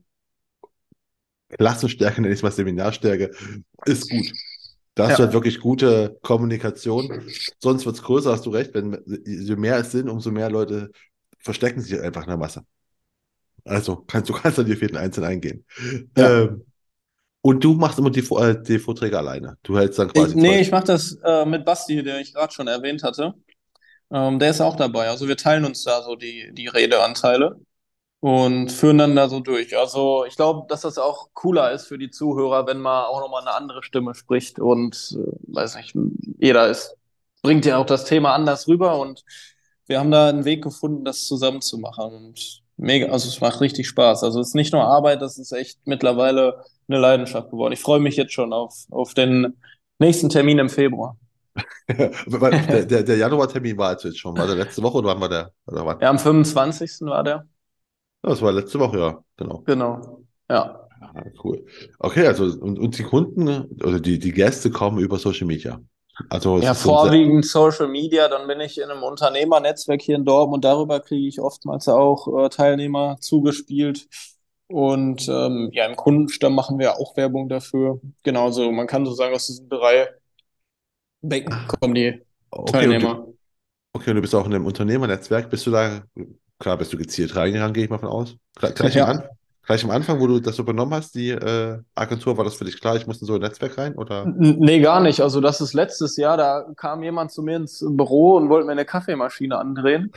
Klassenstärke, nenne ich es mal Seminarstärke, ist gut. Da hast du halt Ja. wirklich gute Kommunikation. Sonst wird es größer, hast du recht. Wenn, je mehr es sind, umso mehr Leute verstecken sich einfach in der Masse. Also kannst du kannst dann die vierten Einzelnen eingehen. Ja. Ähm, und du machst immer die, Vor- äh, die Vorträge alleine. Du hältst dann Ich, quasi nee, zwei. ich mache das äh, mit Basti, der ich gerade schon erwähnt hatte. Ähm, der ist auch dabei. Also wir teilen uns da so die, die Redeanteile und führen dann da so durch. Also ich glaube, dass das auch cooler ist für die Zuhörer, wenn man auch nochmal eine andere Stimme spricht und äh, weiß nicht, jeder ist. bringt ja auch das Thema anders rüber und wir haben da einen Weg gefunden, das zusammen zu machen und mega, also es macht richtig Spaß. Also es ist nicht nur Arbeit, das ist echt mittlerweile eine Leidenschaft geworden. Ich freue mich jetzt schon auf, auf den nächsten Termin im Februar. Weil Der, der, der Januartermin war also jetzt schon, war der letzte Woche oder wann war der? Oder wann? Ja, am fünfundzwanzigsten war der. Ja, das war letzte Woche, ja, genau. Genau. Ja. Ah, cool. Okay, also und, und die Kunden ne, oder die, die Gäste kommen über Social Media. Also es Ja, ist so ein sehr, vorwiegend Social Media, dann bin ich in einem Unternehmernetzwerk hier in Dortmund, darüber kriege ich oftmals auch äh, Teilnehmer zugespielt. Und ähm, ja, im Kundenstamm machen wir auch Werbung dafür. Genauso, man kann so sagen, aus diesen drei Becken kommen die okay, und du, Teilnehmer. okay, und du bist auch in einem Unternehmernetzwerk. Bist du da, klar, bist du gezielt reingegangen, gehe ich mal von aus. Gle- Gleich am An, Ja. gleich am Anfang, wo du das übernommen hast, die äh, Agentur, war das für dich klar, ich muss in so ein Netzwerk rein, oder? N- Nee, gar nicht. Also das ist letztes Jahr, da kam jemand zu mir ins Büro und wollte mir eine Kaffeemaschine andrehen.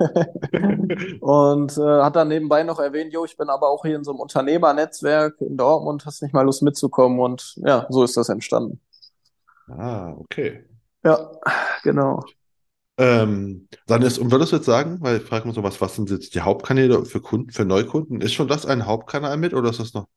Und äh, hat dann nebenbei noch erwähnt, jo, ich bin aber auch hier in so einem Unternehmernetzwerk in Dortmund, hast nicht mal Lust mitzukommen? Und ja, so ist das entstanden. Ah, okay. Ja, genau. Ähm, dann ist, und würdest du jetzt sagen, weil ich frage mich so, was, was sind jetzt die Hauptkanäle für Kunden, für Neukunden? Ist schon das ein Hauptkanal mit oder ist das noch,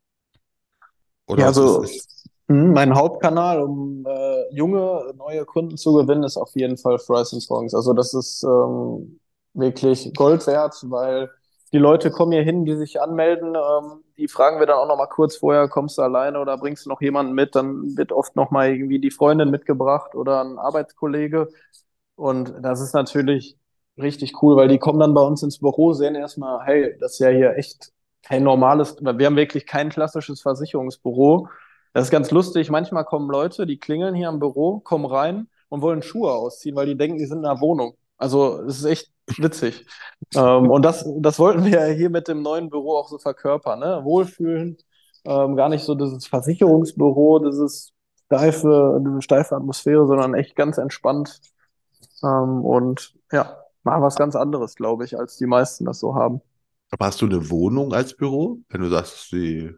Ja, oder ist, ist, also ist mh, mein Hauptkanal, um äh, junge, neue Kunden zu gewinnen, ist auf jeden Fall Fries and Songs. Also das ist ähm, wirklich Gold wert, weil die Leute kommen hier hin, die sich anmelden, ähm, die fragen wir dann auch noch mal kurz vorher, kommst du alleine oder bringst du noch jemanden mit? Dann wird oft noch mal irgendwie die Freundin mitgebracht oder ein Arbeitskollege. Und das ist natürlich richtig cool, weil die kommen dann bei uns ins Büro, sehen erstmal, hey, das ist ja hier echt kein normales, wir haben wirklich kein klassisches Versicherungsbüro. Das ist ganz lustig. Manchmal kommen Leute, die klingeln hier am Büro, kommen rein und wollen Schuhe ausziehen, weil die denken, die sind in einer Wohnung. Also, es ist echt witzig. Ähm, und das, das wollten wir ja hier mit dem neuen Büro auch so verkörpern, ne? Wohlfühlen, ähm, gar nicht so dieses Versicherungsbüro, dieses steife, diese steife Atmosphäre, sondern echt ganz entspannt. Ähm, und ja, mal was ganz anderes, glaube ich, als die meisten das so haben. aber hast du eine Wohnung als Büro? Wenn du sagst, die,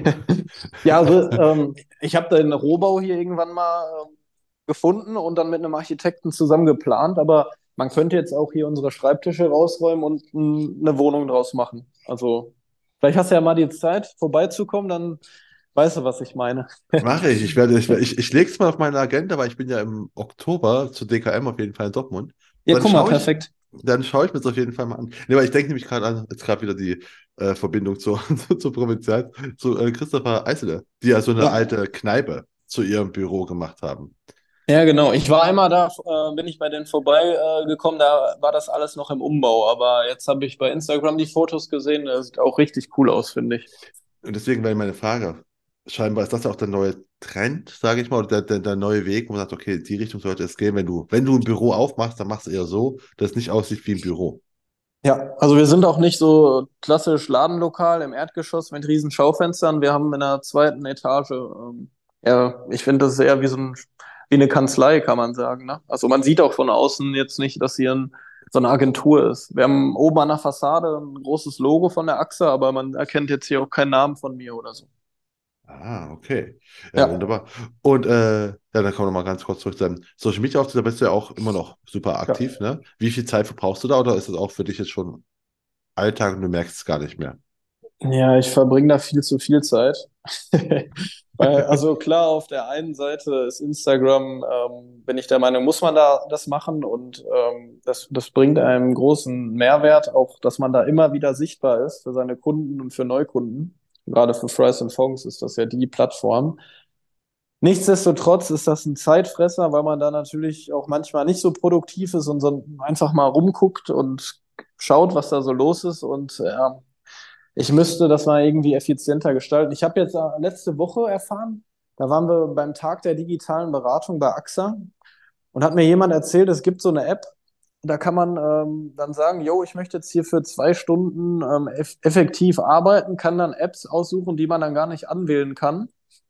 Ja, also ähm, ich habe den Rohbau hier irgendwann mal ähm, gefunden und dann mit einem Architekten zusammen geplant, aber man könnte jetzt auch hier unsere Schreibtische rausräumen und m, eine Wohnung draus machen. Also vielleicht hast du ja mal die Zeit, vorbeizukommen, dann weißt du, was ich meine. mache ich. Ich werde, ich, werde- ich, ich lege es mal auf meine Agenda, weil ich bin ja im Oktober zu D K M auf jeden Fall in Dortmund. Ja, Dann guck mal, schaue ich, perfekt. dann schaue ich mir das auf jeden Fall mal an. Nee, weil ich denke nämlich gerade an, jetzt gerade wieder die äh, Verbindung zur, zur, zur Provinzial, zu äh, Christopher Eisele, die ja so eine Ja. alte Kneipe zu ihrem Büro gemacht haben. Ja, genau. Ich war einmal da, äh, bin ich bei denen vorbeigekommen, äh, gekommen, da war das alles noch im Umbau. Aber jetzt habe ich bei Instagram die Fotos gesehen, das sieht auch richtig cool aus, finde ich. Und deswegen wäre meine Frage, scheinbar ist das ja auch der neue Trend, sage ich mal, oder der, der, der neue Weg, wo man sagt, okay, die Richtung sollte es gehen. Wenn du, wenn du ein Büro aufmachst, dann machst du eher so, dass es nicht aussieht wie ein Büro. Ja, also wir sind auch nicht so klassisch Ladenlokal im Erdgeschoss mit riesen Schaufenstern. Wir haben in der zweiten Etage, ähm, ja, ich finde, das ist eher wie so ein, wie eine Kanzlei, kann man sagen, ne? Also man sieht auch von außen jetzt nicht, dass hier ein, so eine Agentur ist. Wir haben oben an der Fassade ein großes Logo von der A X A, aber man erkennt jetzt hier auch keinen Namen von mir oder so. Ah, okay. Ja, Ja, wunderbar. Und äh, ja, dann kommen wir noch mal ganz kurz zurück zu deinem Social Media Auftritt. Da bist du ja auch immer noch super aktiv, ja. ne? Wie viel Zeit verbrauchst du da oder ist das auch für dich jetzt schon Alltag und du merkst es gar nicht mehr? Ja, ich verbringe da viel zu viel Zeit. Weil, also klar, auf der einen Seite ist Instagram, ähm, bin ich der Meinung, muss man da das machen und ähm, das, das bringt einem großen Mehrwert, auch dass man da immer wieder sichtbar ist für seine Kunden und für Neukunden. Gerade für Fries and Fongs ist das ja die Plattform. Nichtsdestotrotz ist das ein Zeitfresser, weil man da natürlich auch manchmal nicht so produktiv ist und so einfach mal rumguckt und schaut, was da so los ist und ja, ich müsste das mal irgendwie effizienter gestalten. Ich habe jetzt äh, letzte Woche erfahren, da waren wir beim Tag der digitalen Beratung bei A X A und hat mir jemand erzählt, es gibt so eine App, da kann man ähm, dann sagen, yo, ich möchte jetzt hier für zwei Stunden ähm, eff effektiv arbeiten, kann dann Apps aussuchen, die man dann gar nicht anwählen kann.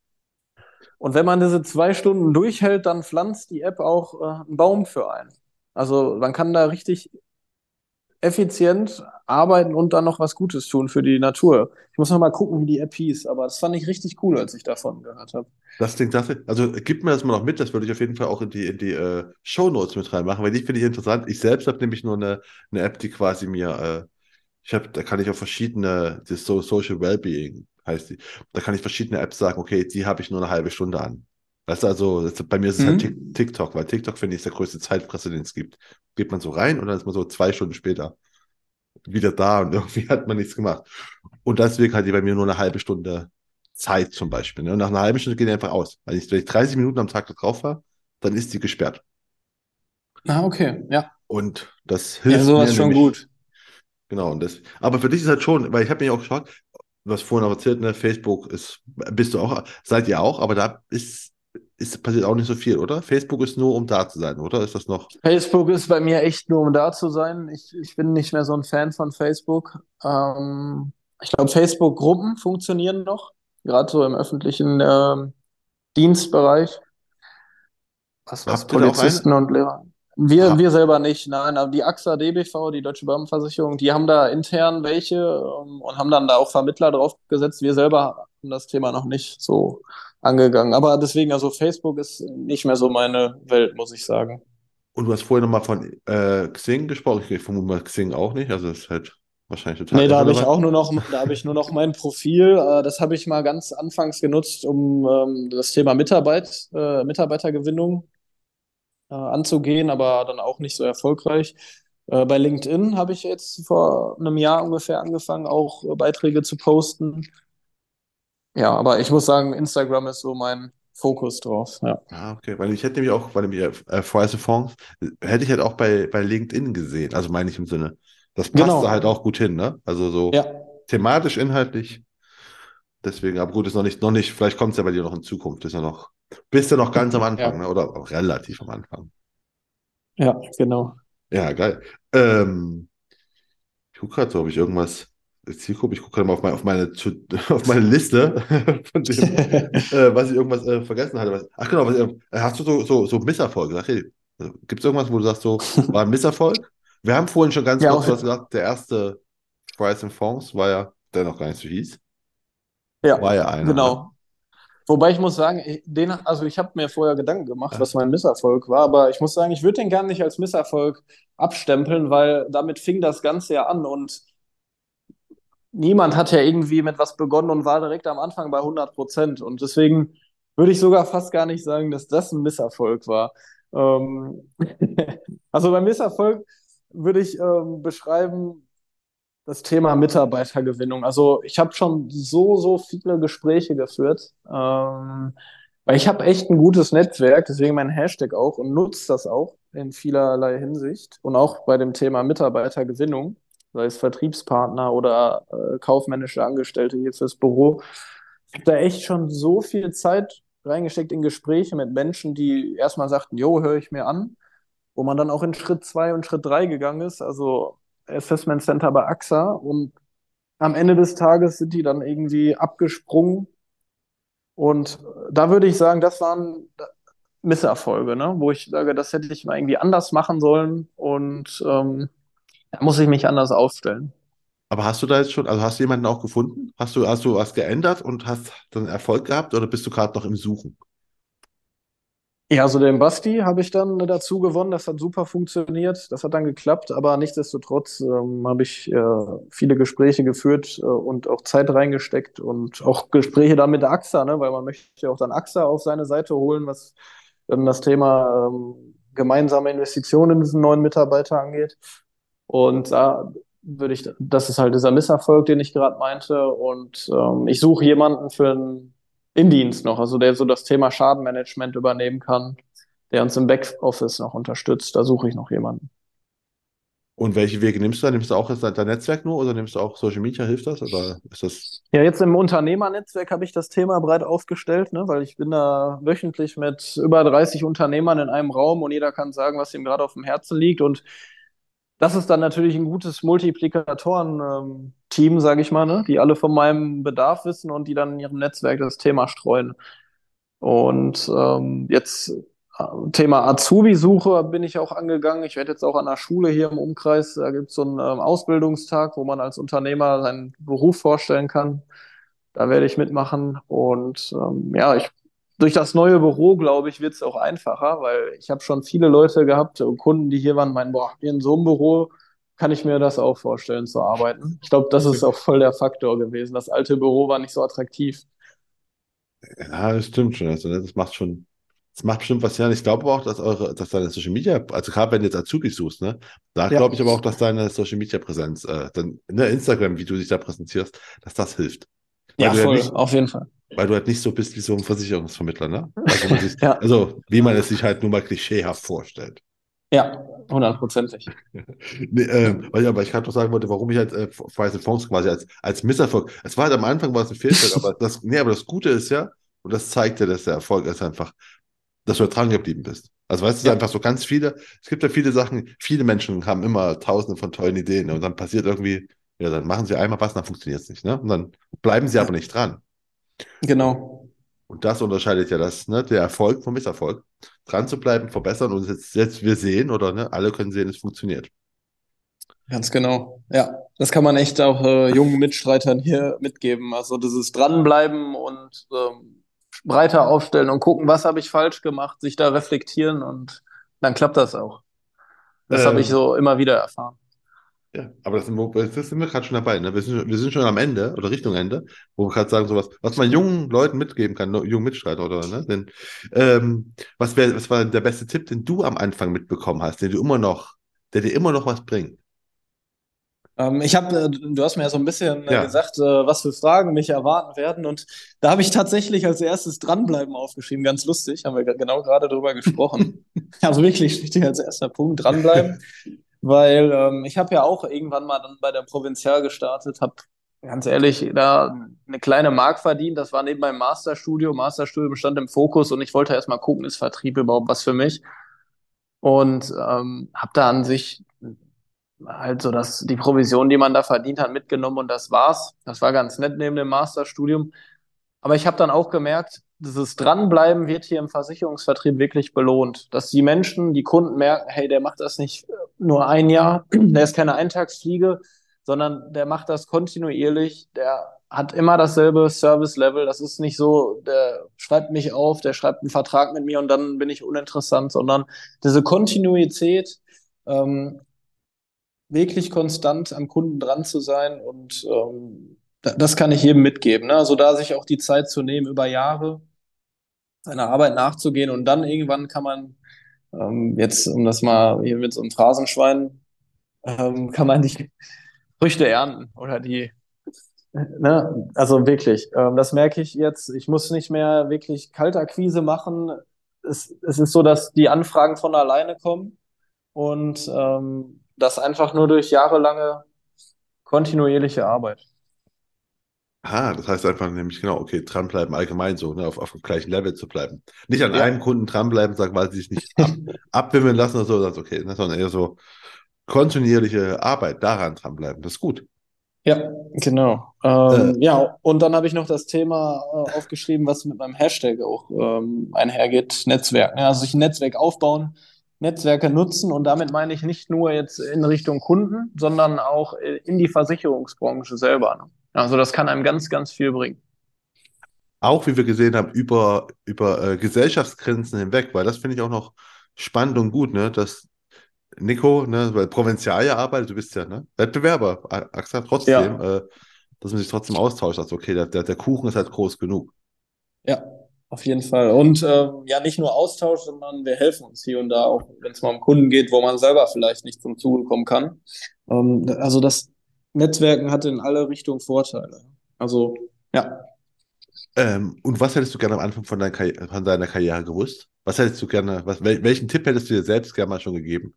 Und wenn man diese zwei Stunden durchhält, dann pflanzt die App auch äh, einen Baum für einen. Also man kann da richtig effizient arbeiten und dann noch was Gutes tun für die Natur. Ich muss noch mal gucken, wie die App hieß, aber das fand ich richtig cool, als ich davon gehört habe. Das klingt klasse. Also gib mir das mal noch mit, das würde ich auf jeden Fall auch in die, in die äh, Shownotes mit reinmachen, weil die finde ich interessant. Ich selbst habe nämlich nur eine, eine App, die quasi mir, äh, ich habe, da kann ich auf verschiedene, das so Social Wellbeing heißt die, da kann ich verschiedene Apps sagen, okay, die habe ich nur eine halbe Stunde an. Weißt du, also das, bei mir ist es halt Tik- Mhm. TikTok, weil TikTok finde ich ist der größte Zeitfresser, den es gibt. Geht man so rein und dann ist man so zwei Stunden später wieder da und irgendwie hat man nichts gemacht. Und deswegen hat die bei mir nur eine halbe Stunde Zeit zum Beispiel. Ne? Und nach einer halben Stunde geht die einfach aus. Wenn ich, wenn ich dreißig Minuten am Tag da drauf war, dann ist die gesperrt. Ah, okay, ja. Und das Ja, hilft sowas mir schon nämlich, gut. genau. Und das, aber für dich ist halt schon, weil ich habe mir auch geschaut, du hast vorhin auch erzählt, ne, Facebook ist, bist du auch, seid ihr auch, aber da ist, ist, passiert auch nicht so viel, oder? Facebook ist nur, um da zu sein, oder? Ist das noch? Facebook ist bei mir echt nur, um da zu sein. Ich, ich bin nicht mehr so ein Fan von Facebook. Ähm, ich glaube, Facebook-Gruppen funktionieren noch, gerade so im öffentlichen ähm, Dienstbereich, was, was Habt ihr da auch eine? Polizisten und Lehrer. Wir, Ha, wir selber nicht, nein, aber die AXA D B V, die Deutsche Beamtenversicherung, die haben da intern welche ähm, und haben dann da auch Vermittler draufgesetzt. Wir selber haben das Thema noch nicht so angegangen. Aber deswegen, also Facebook ist nicht mehr so meine Welt, muss ich sagen. und du hast vorhin nochmal von äh, Xing gesprochen. Ich vermute mal Xing auch nicht, also das ist halt wahrscheinlich total Nee, da habe ich irrelevant. auch nur noch, da habe ich nur noch mein Profil. Äh, das habe ich mal ganz anfangs genutzt, um ähm, das Thema Mitarbeit, äh, Mitarbeitergewinnung äh, anzugehen, aber dann auch nicht so erfolgreich. Äh, bei LinkedIn habe ich jetzt vor einem Jahr ungefähr angefangen, auch äh, Beiträge zu posten. Ja, aber ich muss sagen, Instagram ist so mein Fokus drauf. Ja. Ah, okay, weil ich hätte nämlich auch, weil mir äh, Fries Fonds, äh, hätte ich halt auch bei, bei LinkedIn gesehen, also meine ich im Sinne, das passt da halt Genau. auch gut hin, ne? Also so Ja. thematisch, inhaltlich, deswegen, aber gut, ist noch nicht, noch nicht, vielleicht kommt es ja bei dir noch in Zukunft, ist ja noch, bist ja noch ganz am Anfang, Ja. ne? Oder auch relativ am Anfang. Ja, genau. Ja, geil. Ähm, ich gucke gerade so, ob ich irgendwas, jetzt hier gucke, ich gucke gerade mal auf meine, auf meine, To- auf meine Liste von dem, äh, was ich irgendwas äh, vergessen hatte. Was, ach genau, was, äh, hast du so, so, so Misserfolge? Okay. Gibt es irgendwas, wo du sagst, so, war ein Misserfolg? Wir haben vorhin schon ganz Ja, kurz auf, was gesagt, der erste Fries and Fonds war ja, der noch gar nicht so hieß, ja, war ja einer, ne? genau. Wobei ich muss sagen, ich- den, also ich habe mir vorher Gedanken gemacht, Äh, was mein Misserfolg war, aber ich muss sagen, ich würde den gar nicht als Misserfolg abstempeln, weil damit fing das Ganze ja an und niemand hat ja irgendwie mit was begonnen und war direkt am Anfang bei hundert Prozent. Und deswegen würde ich sogar fast gar nicht sagen, dass das ein Misserfolg war. Ähm, also beim Misserfolg würde ich ähm, beschreiben, das Thema Mitarbeitergewinnung. Also ich habe schon so, so viele Gespräche geführt, ähm, weil ich habe echt ein gutes Netzwerk, deswegen mein Hashtag auch und nutze das auch in vielerlei Hinsicht und auch bei dem Thema Mitarbeitergewinnung, sei es Vertriebspartner oder äh, kaufmännische Angestellte hier fürs Büro. Ich habe da echt schon so viel Zeit reingesteckt in Gespräche mit Menschen, die erstmal sagten, jo, höre ich mir an, wo man dann auch in Schritt zwei und Schritt drei gegangen ist, also Assessment Center bei AXA und am Ende des Tages sind die dann irgendwie abgesprungen und da würde ich sagen, das waren Misserfolge, ne? Wo ich sage, das hätte ich mal irgendwie anders machen sollen und ähm, da muss ich mich anders aufstellen. aber hast du da jetzt schon, also hast du jemanden auch gefunden? Hast du, hast du was geändert und hast dann Erfolg gehabt oder bist du gerade noch im Suchen? Ja, also den Basti habe ich dann dazu gewonnen. Das hat super funktioniert. Das hat dann geklappt. Aber nichtsdestotrotz ähm, habe ich äh, viele Gespräche geführt äh, und auch Zeit reingesteckt und auch Gespräche dann mit der AXA, ne? Weil man möchte ja auch dann AXA auf seine Seite holen, was dann das Thema ähm, gemeinsame Investitionen in diesen neuen Mitarbeiter angeht. Und da würde ich, das ist halt dieser Misserfolg, den ich gerade meinte. Und ähm, ich suche jemanden für einen Indienst noch, also der so das Thema Schadenmanagement übernehmen kann, der uns im Backoffice noch unterstützt. Da suche ich noch jemanden. Und welche Wege nimmst du da? Nimmst du auch das, dein Netzwerk nur oder nimmst du auch Social Media? Hilft das? Oder ist das. Ja, jetzt im Unternehmernetzwerk habe ich das Thema breit aufgestellt, ne, weil ich bin da wöchentlich mit über dreißig Unternehmern in einem Raum und jeder kann sagen, was ihm gerade auf dem Herzen liegt. Und das ist dann natürlich ein gutes Multiplikatoren-Team, sage ich mal, ne, die alle von meinem Bedarf wissen und die dann in ihrem Netzwerk das Thema streuen. Und ähm, jetzt Thema Azubi-Suche bin ich auch angegangen. Ich werde jetzt auch an der Schule hier im Umkreis, da gibt es so einen ähm, Ausbildungstag, wo man als Unternehmer seinen Beruf vorstellen kann. Da werde ich mitmachen. Und ähm, ja, ich, durch das neue Büro, glaube ich, wird es auch einfacher, weil ich habe schon viele Leute gehabt, äh, Kunden, die hier waren, meinen, boah, hier in so einem Büro kann ich mir das auch vorstellen zu arbeiten. Ich glaube, das ist auch voll der Faktor gewesen. Das alte Büro war nicht so attraktiv. Ja, das stimmt schon. Also, ne, das macht schon, das macht bestimmt was. Ja, und ich glaube aber auch, dass eure, dass deine Social Media, also gerade wenn du jetzt Azubis suchst, ne, da Ja, glaube ich aber auch, dass deine Social Media Präsenz, äh, dann, ne, Instagram, wie du dich da präsentierst, dass das hilft. Weil ja, du ja voll, nicht, auf jeden Fall. weil du halt nicht so bist wie so ein Versicherungsvermittler, ne? Also, wo man sich, Ja, also, wie man es sich halt nur mal klischeehaft vorstellt. ja, hundertprozentig. Nee, ähm, weil, ja, weil ich gerade noch sagen wollte, warum ich halt äh, Weiße Fonds quasi als, als Misserfolg. Es war halt am Anfang war es ein Fehlschlag, aber das, nee, aber das Gute ist ja, und das zeigt ja, dass der Erfolg ist einfach, dass du da dran geblieben bist. Also weißt du, es ist Ja, einfach so ganz viele, es gibt ja viele Sachen, viele Menschen haben immer tausende von tollen Ideen, ne? Und dann passiert irgendwie, ja, dann machen sie einmal was, dann funktioniert es nicht, ne? Und dann bleiben sie aber ja, nicht dran. Und, genau. und das unterscheidet ja das, ne, der Erfolg vom Misserfolg. Dran zu bleiben, verbessern und jetzt, jetzt wir sehen, oder ne, alle können sehen, es funktioniert. Ganz genau. Ja, das kann man echt auch äh, jungen Mitstreitern hier mitgeben. Also dieses Dranbleiben und ähm, breiter aufstellen und gucken, was habe ich falsch gemacht, sich da reflektieren und dann klappt das auch. Das habe ich Ähm, so immer wieder erfahren. Ja, aber das sind, wir- das sind wir gerade schon dabei. Ne? Wir sind, wir sind schon am Ende oder Richtung Ende, wo wir gerade sagen, sowas, was man jungen Leuten mitgeben kann, ne, jungen Mitstreiter oder ne? Denn, ähm, was wär, was war der beste Tipp, den du am Anfang mitbekommen hast, den du immer noch, der dir immer noch was bringt? Ähm, ich habe, äh, du hast mir ja so ein bisschen äh, Ja. gesagt, äh, was für Fragen mich erwarten werden und da habe ich tatsächlich als erstes Dranbleiben aufgeschrieben. Ganz lustig, haben wir g- genau gerade drüber gesprochen. Also wirklich steht hier als erster Punkt dranbleiben. Weil ähm, ich habe ja auch irgendwann mal dann bei der Provinzial gestartet, habe ganz ehrlich da eine kleine Mark verdient. Das war neben meinem Masterstudium. Masterstudium stand im Fokus und ich wollte erst mal gucken, ist Vertrieb überhaupt was für mich? Und ähm, habe da an sich halt so das, die Provision, die man da verdient hat, mitgenommen und das war's. Das war ganz nett neben dem Masterstudium. Aber ich habe dann auch gemerkt, dieses Dranbleiben wird hier im Versicherungsvertrieb wirklich belohnt. Dass die Menschen, die Kunden merken, hey, der macht das nicht nur ein Jahr, der ist keine Eintagsfliege, sondern der macht das kontinuierlich, der hat immer dasselbe Service-Level. Das ist nicht so, der schreibt mich auf, der schreibt einen Vertrag mit mir und dann bin ich uninteressant, sondern diese Kontinuität, ähm, wirklich konstant am Kunden dran zu sein und ähm, da- das kann ich jedem mitgeben. Ne? Also da sich auch die Zeit zu nehmen, über Jahre seiner Arbeit nachzugehen und dann irgendwann kann man ähm, jetzt, um das mal hier mit so einem Phrasenschwein, ähm, kann man die Früchte ernten oder die, ne? Also wirklich, ähm, das merke ich jetzt. Ich muss nicht mehr wirklich Kaltakquise machen. Es, es ist so, dass die Anfragen von alleine kommen und ähm, das einfach nur durch jahrelange kontinuierliche Arbeit. Ah, das heißt einfach nämlich, genau, okay, dranbleiben, allgemein so, ne, auf, auf dem gleichen Level zu bleiben. Nicht an Ja, einem Kunden dranbleiben, sagen, weil sie sich nicht ab, abwimmeln lassen oder so, das ist okay, ne, sondern eher so kontinuierliche Arbeit, daran dranbleiben, das ist gut. ja, genau. Äh, Ähm, ja, und dann habe ich noch das Thema äh, aufgeschrieben, was mit meinem Hashtag auch ähm, einhergeht, Netzwerk. Ne? Also sich ein Netzwerk aufbauen, Netzwerke nutzen und damit meine ich nicht nur jetzt in Richtung Kunden, sondern auch äh, in die Versicherungsbranche selber. Ne? Also das kann einem ganz, ganz viel bringen. Auch wie wir gesehen haben, über, über äh, Gesellschaftsgrenzen hinweg, weil das finde ich auch noch spannend und gut, ne, dass Nico, ne, weil Provinzial ja arbeitet, du bist ja, ne, Wettbewerber, A- AXA trotzdem, Ja, äh, dass man sich trotzdem austauscht, also okay, der, der, der Kuchen ist halt groß genug. ja, auf jeden Fall. Und ähm, ja, nicht nur Austausch, sondern wir helfen uns hier und da auch, wenn es mal um Kunden geht, wo man selber vielleicht nicht zum Zuge kommen kann. Ähm, also das Netzwerken hat in alle Richtungen Vorteile. Also ja. Ähm, und was hättest du gerne am Anfang von, deiner Karri- von deiner Karriere gewusst? Was hättest du gerne, was, wel, welchen Tipp hättest du dir selbst gerne mal schon gegeben?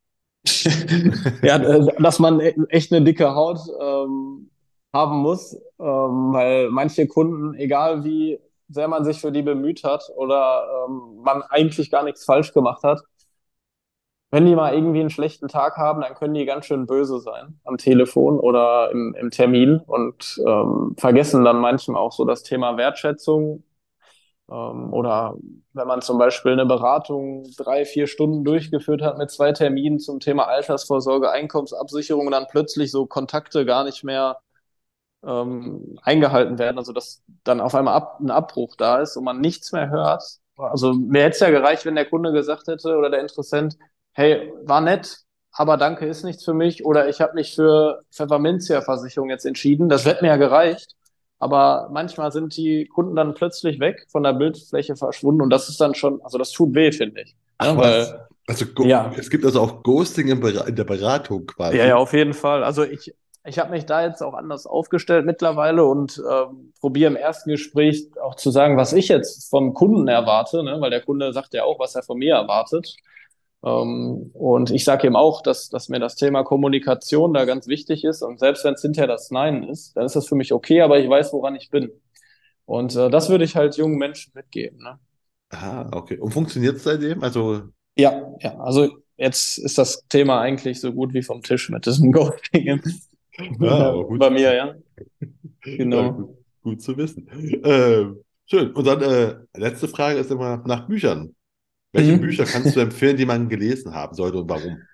Ja, äh, dass man e- echt eine dicke Haut ähm, haben muss, ähm, weil manche Kunden, egal wie sehr man sich für die bemüht hat oder ähm, man eigentlich gar nichts falsch gemacht hat, wenn die mal irgendwie einen schlechten Tag haben, dann können die ganz schön böse sein am Telefon oder im, im Termin und ähm, vergessen dann manchmal auch so das Thema Wertschätzung. Ähm, oder wenn man zum Beispiel eine Beratung drei, vier Stunden durchgeführt hat mit zwei Terminen zum Thema Altersvorsorge, Einkommensabsicherung und dann plötzlich so Kontakte gar nicht mehr ähm, eingehalten werden, also dass dann auf einmal ab, ein Abbruch da ist und man nichts mehr hört. Also mir hätte es ja gereicht, wenn der Kunde gesagt hätte oder der Interessent, hey, war nett, aber danke, ist nichts für mich oder ich habe mich für Pfefferminzia-Versicherung jetzt entschieden. Das hätte mir ja gereicht. Aber manchmal sind die Kunden dann plötzlich weg, von der Bildfläche verschwunden und das ist dann schon, also das tut weh, finde ich. Ach Ne? was. Weil, Also go- ja, es gibt also auch Ghosting in, Bera- in der Beratung ja, ja, quasi. auf jeden Fall. Also ich, ich habe mich da jetzt auch anders aufgestellt mittlerweile und ähm, probiere im ersten Gespräch auch zu sagen, was ich jetzt vom Kunden erwarte, ne? Weil der Kunde sagt ja auch, was er von mir erwartet. Ähm, und ich sage ihm auch, dass, dass mir das Thema Kommunikation da ganz wichtig ist. Und selbst wenn es hinterher das Nein ist, dann ist das für mich okay, aber ich weiß, woran ich bin. Und äh, das würde ich halt jungen Menschen mitgeben. Ne? Ah, okay. Und funktioniert es seitdem? Also, Ja, ja, also jetzt ist das Thema eigentlich so gut wie vom Tisch mit diesem Ghosting ah, aber bei gut. mir, ja. Ja, gut, Genau. gut zu wissen. Ähm, schön. Und dann, äh, letzte Frage ist immer nach Büchern. Welche Mhm. Bücher kannst du empfehlen, die man gelesen haben sollte und warum?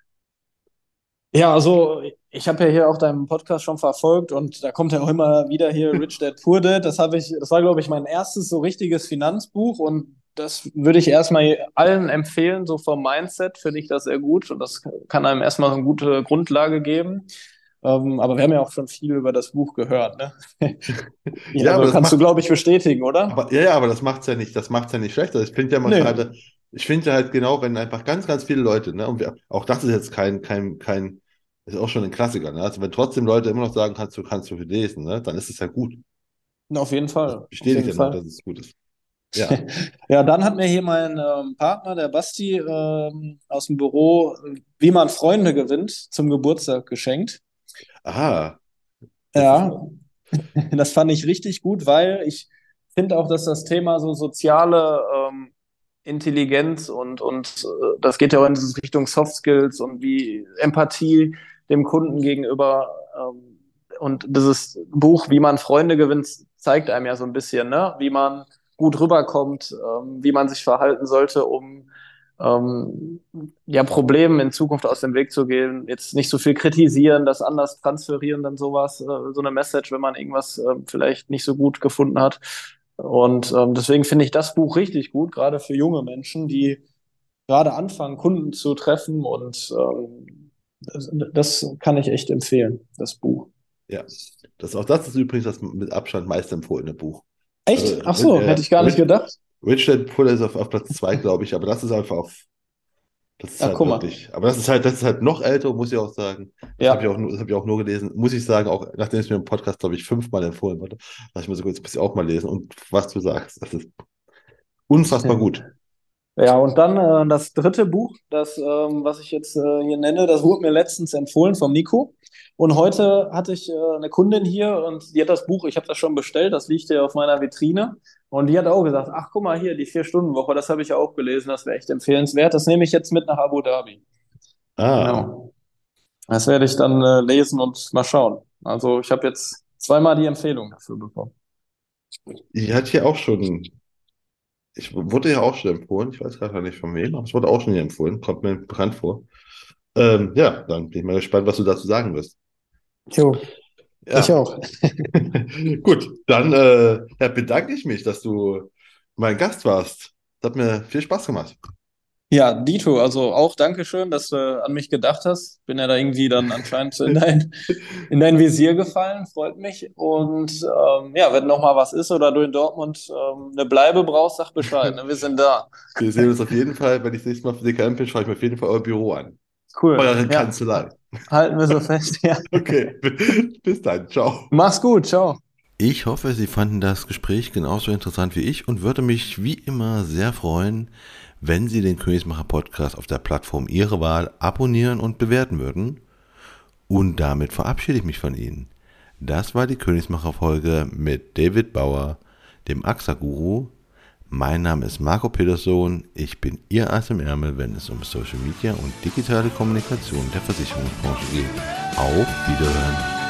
Ja, also ich habe ja hier auch deinen Podcast schon verfolgt und da kommt ja auch immer wieder hier Rich Dad Poor Dad. Das habe ich, das war, glaube ich, mein erstes so richtiges Finanzbuch und das würde ich erstmal allen empfehlen, so vom Mindset finde ich das sehr gut und das kann einem erstmal so eine gute Grundlage geben. Ähm, aber wir haben ja auch schon viel über das Buch gehört, ne? Ja, Ja, aber also das kannst du, macht, glaube ich, bestätigen, oder? aber, ja, ja, aber das macht's ja nicht, das macht's ja nicht schlechter. Ich finde ja mal Nee. gerade, ich finde ja halt genau, wenn einfach ganz, ganz viele Leute, ne, und wir, auch das ist jetzt kein, kein, kein, ist auch schon ein Klassiker, ne? Also wenn trotzdem Leute immer noch sagen, kannst du, kannst du viel lesen, ne, dann ist es ja gut. Na, auf jeden Das Fall, auf bestätigt jeden ja nur, Fall. dass es gut ist. Ja. Ja, dann hat mir hier mein ähm, Partner, der Basti, ähm, aus dem Büro, äh, wie man Freunde gewinnt, zum Geburtstag geschenkt. Aha, Ja, interessant. das fand ich richtig gut, weil ich finde auch, dass das Thema so soziale ähm, Intelligenz und, und äh, das geht ja auch in diese Richtung Soft Skills und wie Empathie dem Kunden gegenüber. Ähm, und dieses Buch, wie man Freunde gewinnt, zeigt einem ja so ein bisschen, ne? Wie man gut rüberkommt, ähm, wie man sich verhalten sollte, um ähm, ja, Problemen in Zukunft aus dem Weg zu gehen. Jetzt nicht so viel kritisieren, das anders transferieren, dann sowas, äh, so eine Message, wenn man irgendwas äh, vielleicht nicht so gut gefunden hat. Und ähm, deswegen finde ich das Buch richtig gut, gerade für junge Menschen, die gerade anfangen, Kunden zu treffen. Und ähm, das, das kann ich echt empfehlen, das Buch. Ja. Das, auch das ist übrigens das mit Abstand meistempfohlene Buch. Also Echt? Ach Rich, so, hätte äh, ich gar nicht Rich, gedacht. Rich Dad Poor Dad ist auf, auf Platz zwei, glaube ich, aber das ist einfach auf, das ist Ach, halt guck mal. wirklich, aber das ist halt, das ist halt noch älter, muss ich auch sagen. Das habe ich auch Ja. nur, das habe ich auch nur gelesen, muss ich sagen, auch nachdem es mir im Podcast, glaube ich, fünfmal empfohlen wurde, dachte ich mir so gut, das muss ich auch mal lesen. Und was du sagst, das ist unfassbar gut. Ja, und dann äh, das dritte Buch, das, ähm, was ich jetzt äh, hier nenne, das wurde mir letztens empfohlen vom Nico. Und heute hatte ich äh, eine Kundin hier und die hat das Buch, ich habe das schon bestellt, das liegt hier auf meiner Vitrine. Und die hat auch gesagt, ach guck mal hier, die Vier-Stunden-Woche, das habe ich ja auch gelesen, das wäre echt empfehlenswert. Das nehme ich jetzt mit nach Abu Dhabi. Ah, Genau. Das werde ich dann äh, lesen und mal schauen. Also ich habe jetzt zweimal die Empfehlung dafür bekommen. die hat hier auch schon, ich wurde ja auch schon empfohlen, ich weiß gerade nicht von wem, aber es wurde auch schon hier empfohlen, kommt mir bekannt vor. Ähm, ja, dann bin ich mal gespannt, was du dazu sagen wirst. Jo, ich Ja, auch. gut, dann äh, ja, bedanke ich mich, dass du mein Gast warst. Das hat mir viel Spaß gemacht. Ja, Dito, also auch Dankeschön, dass du an mich gedacht hast. Bin ja da irgendwie dann anscheinend in dein, in dein Visier gefallen, freut mich. Und ähm, ja, wenn noch mal was ist oder du in Dortmund ähm, eine Bleibe brauchst, sag Bescheid, ne? Wir sind da. Wir sehen uns auf jeden Fall, wenn ich das nächste Mal für D K M bin, schaue ich mir auf jeden Fall euer Büro an. Cool. Eure Ja, Kanzlei. halten wir so fest. Ja. Okay, bis dann. Ciao. Mach's gut, ciao. Ich hoffe, Sie fanden das Gespräch genauso interessant wie ich und würde mich wie immer sehr freuen, wenn Sie den Königsmacher Podcast auf der Plattform Ihrer Wahl abonnieren und bewerten würden. Und damit verabschiede ich mich von Ihnen. Das war die Königsmacher Folge mit David Bauer, dem A X A-Guru. Mein Name ist Marco Peterson. Ich bin Ihr Ass im Ärmel, wenn es um Social Media und digitale Kommunikation der Versicherungsbranche geht. Auf Wiederhören.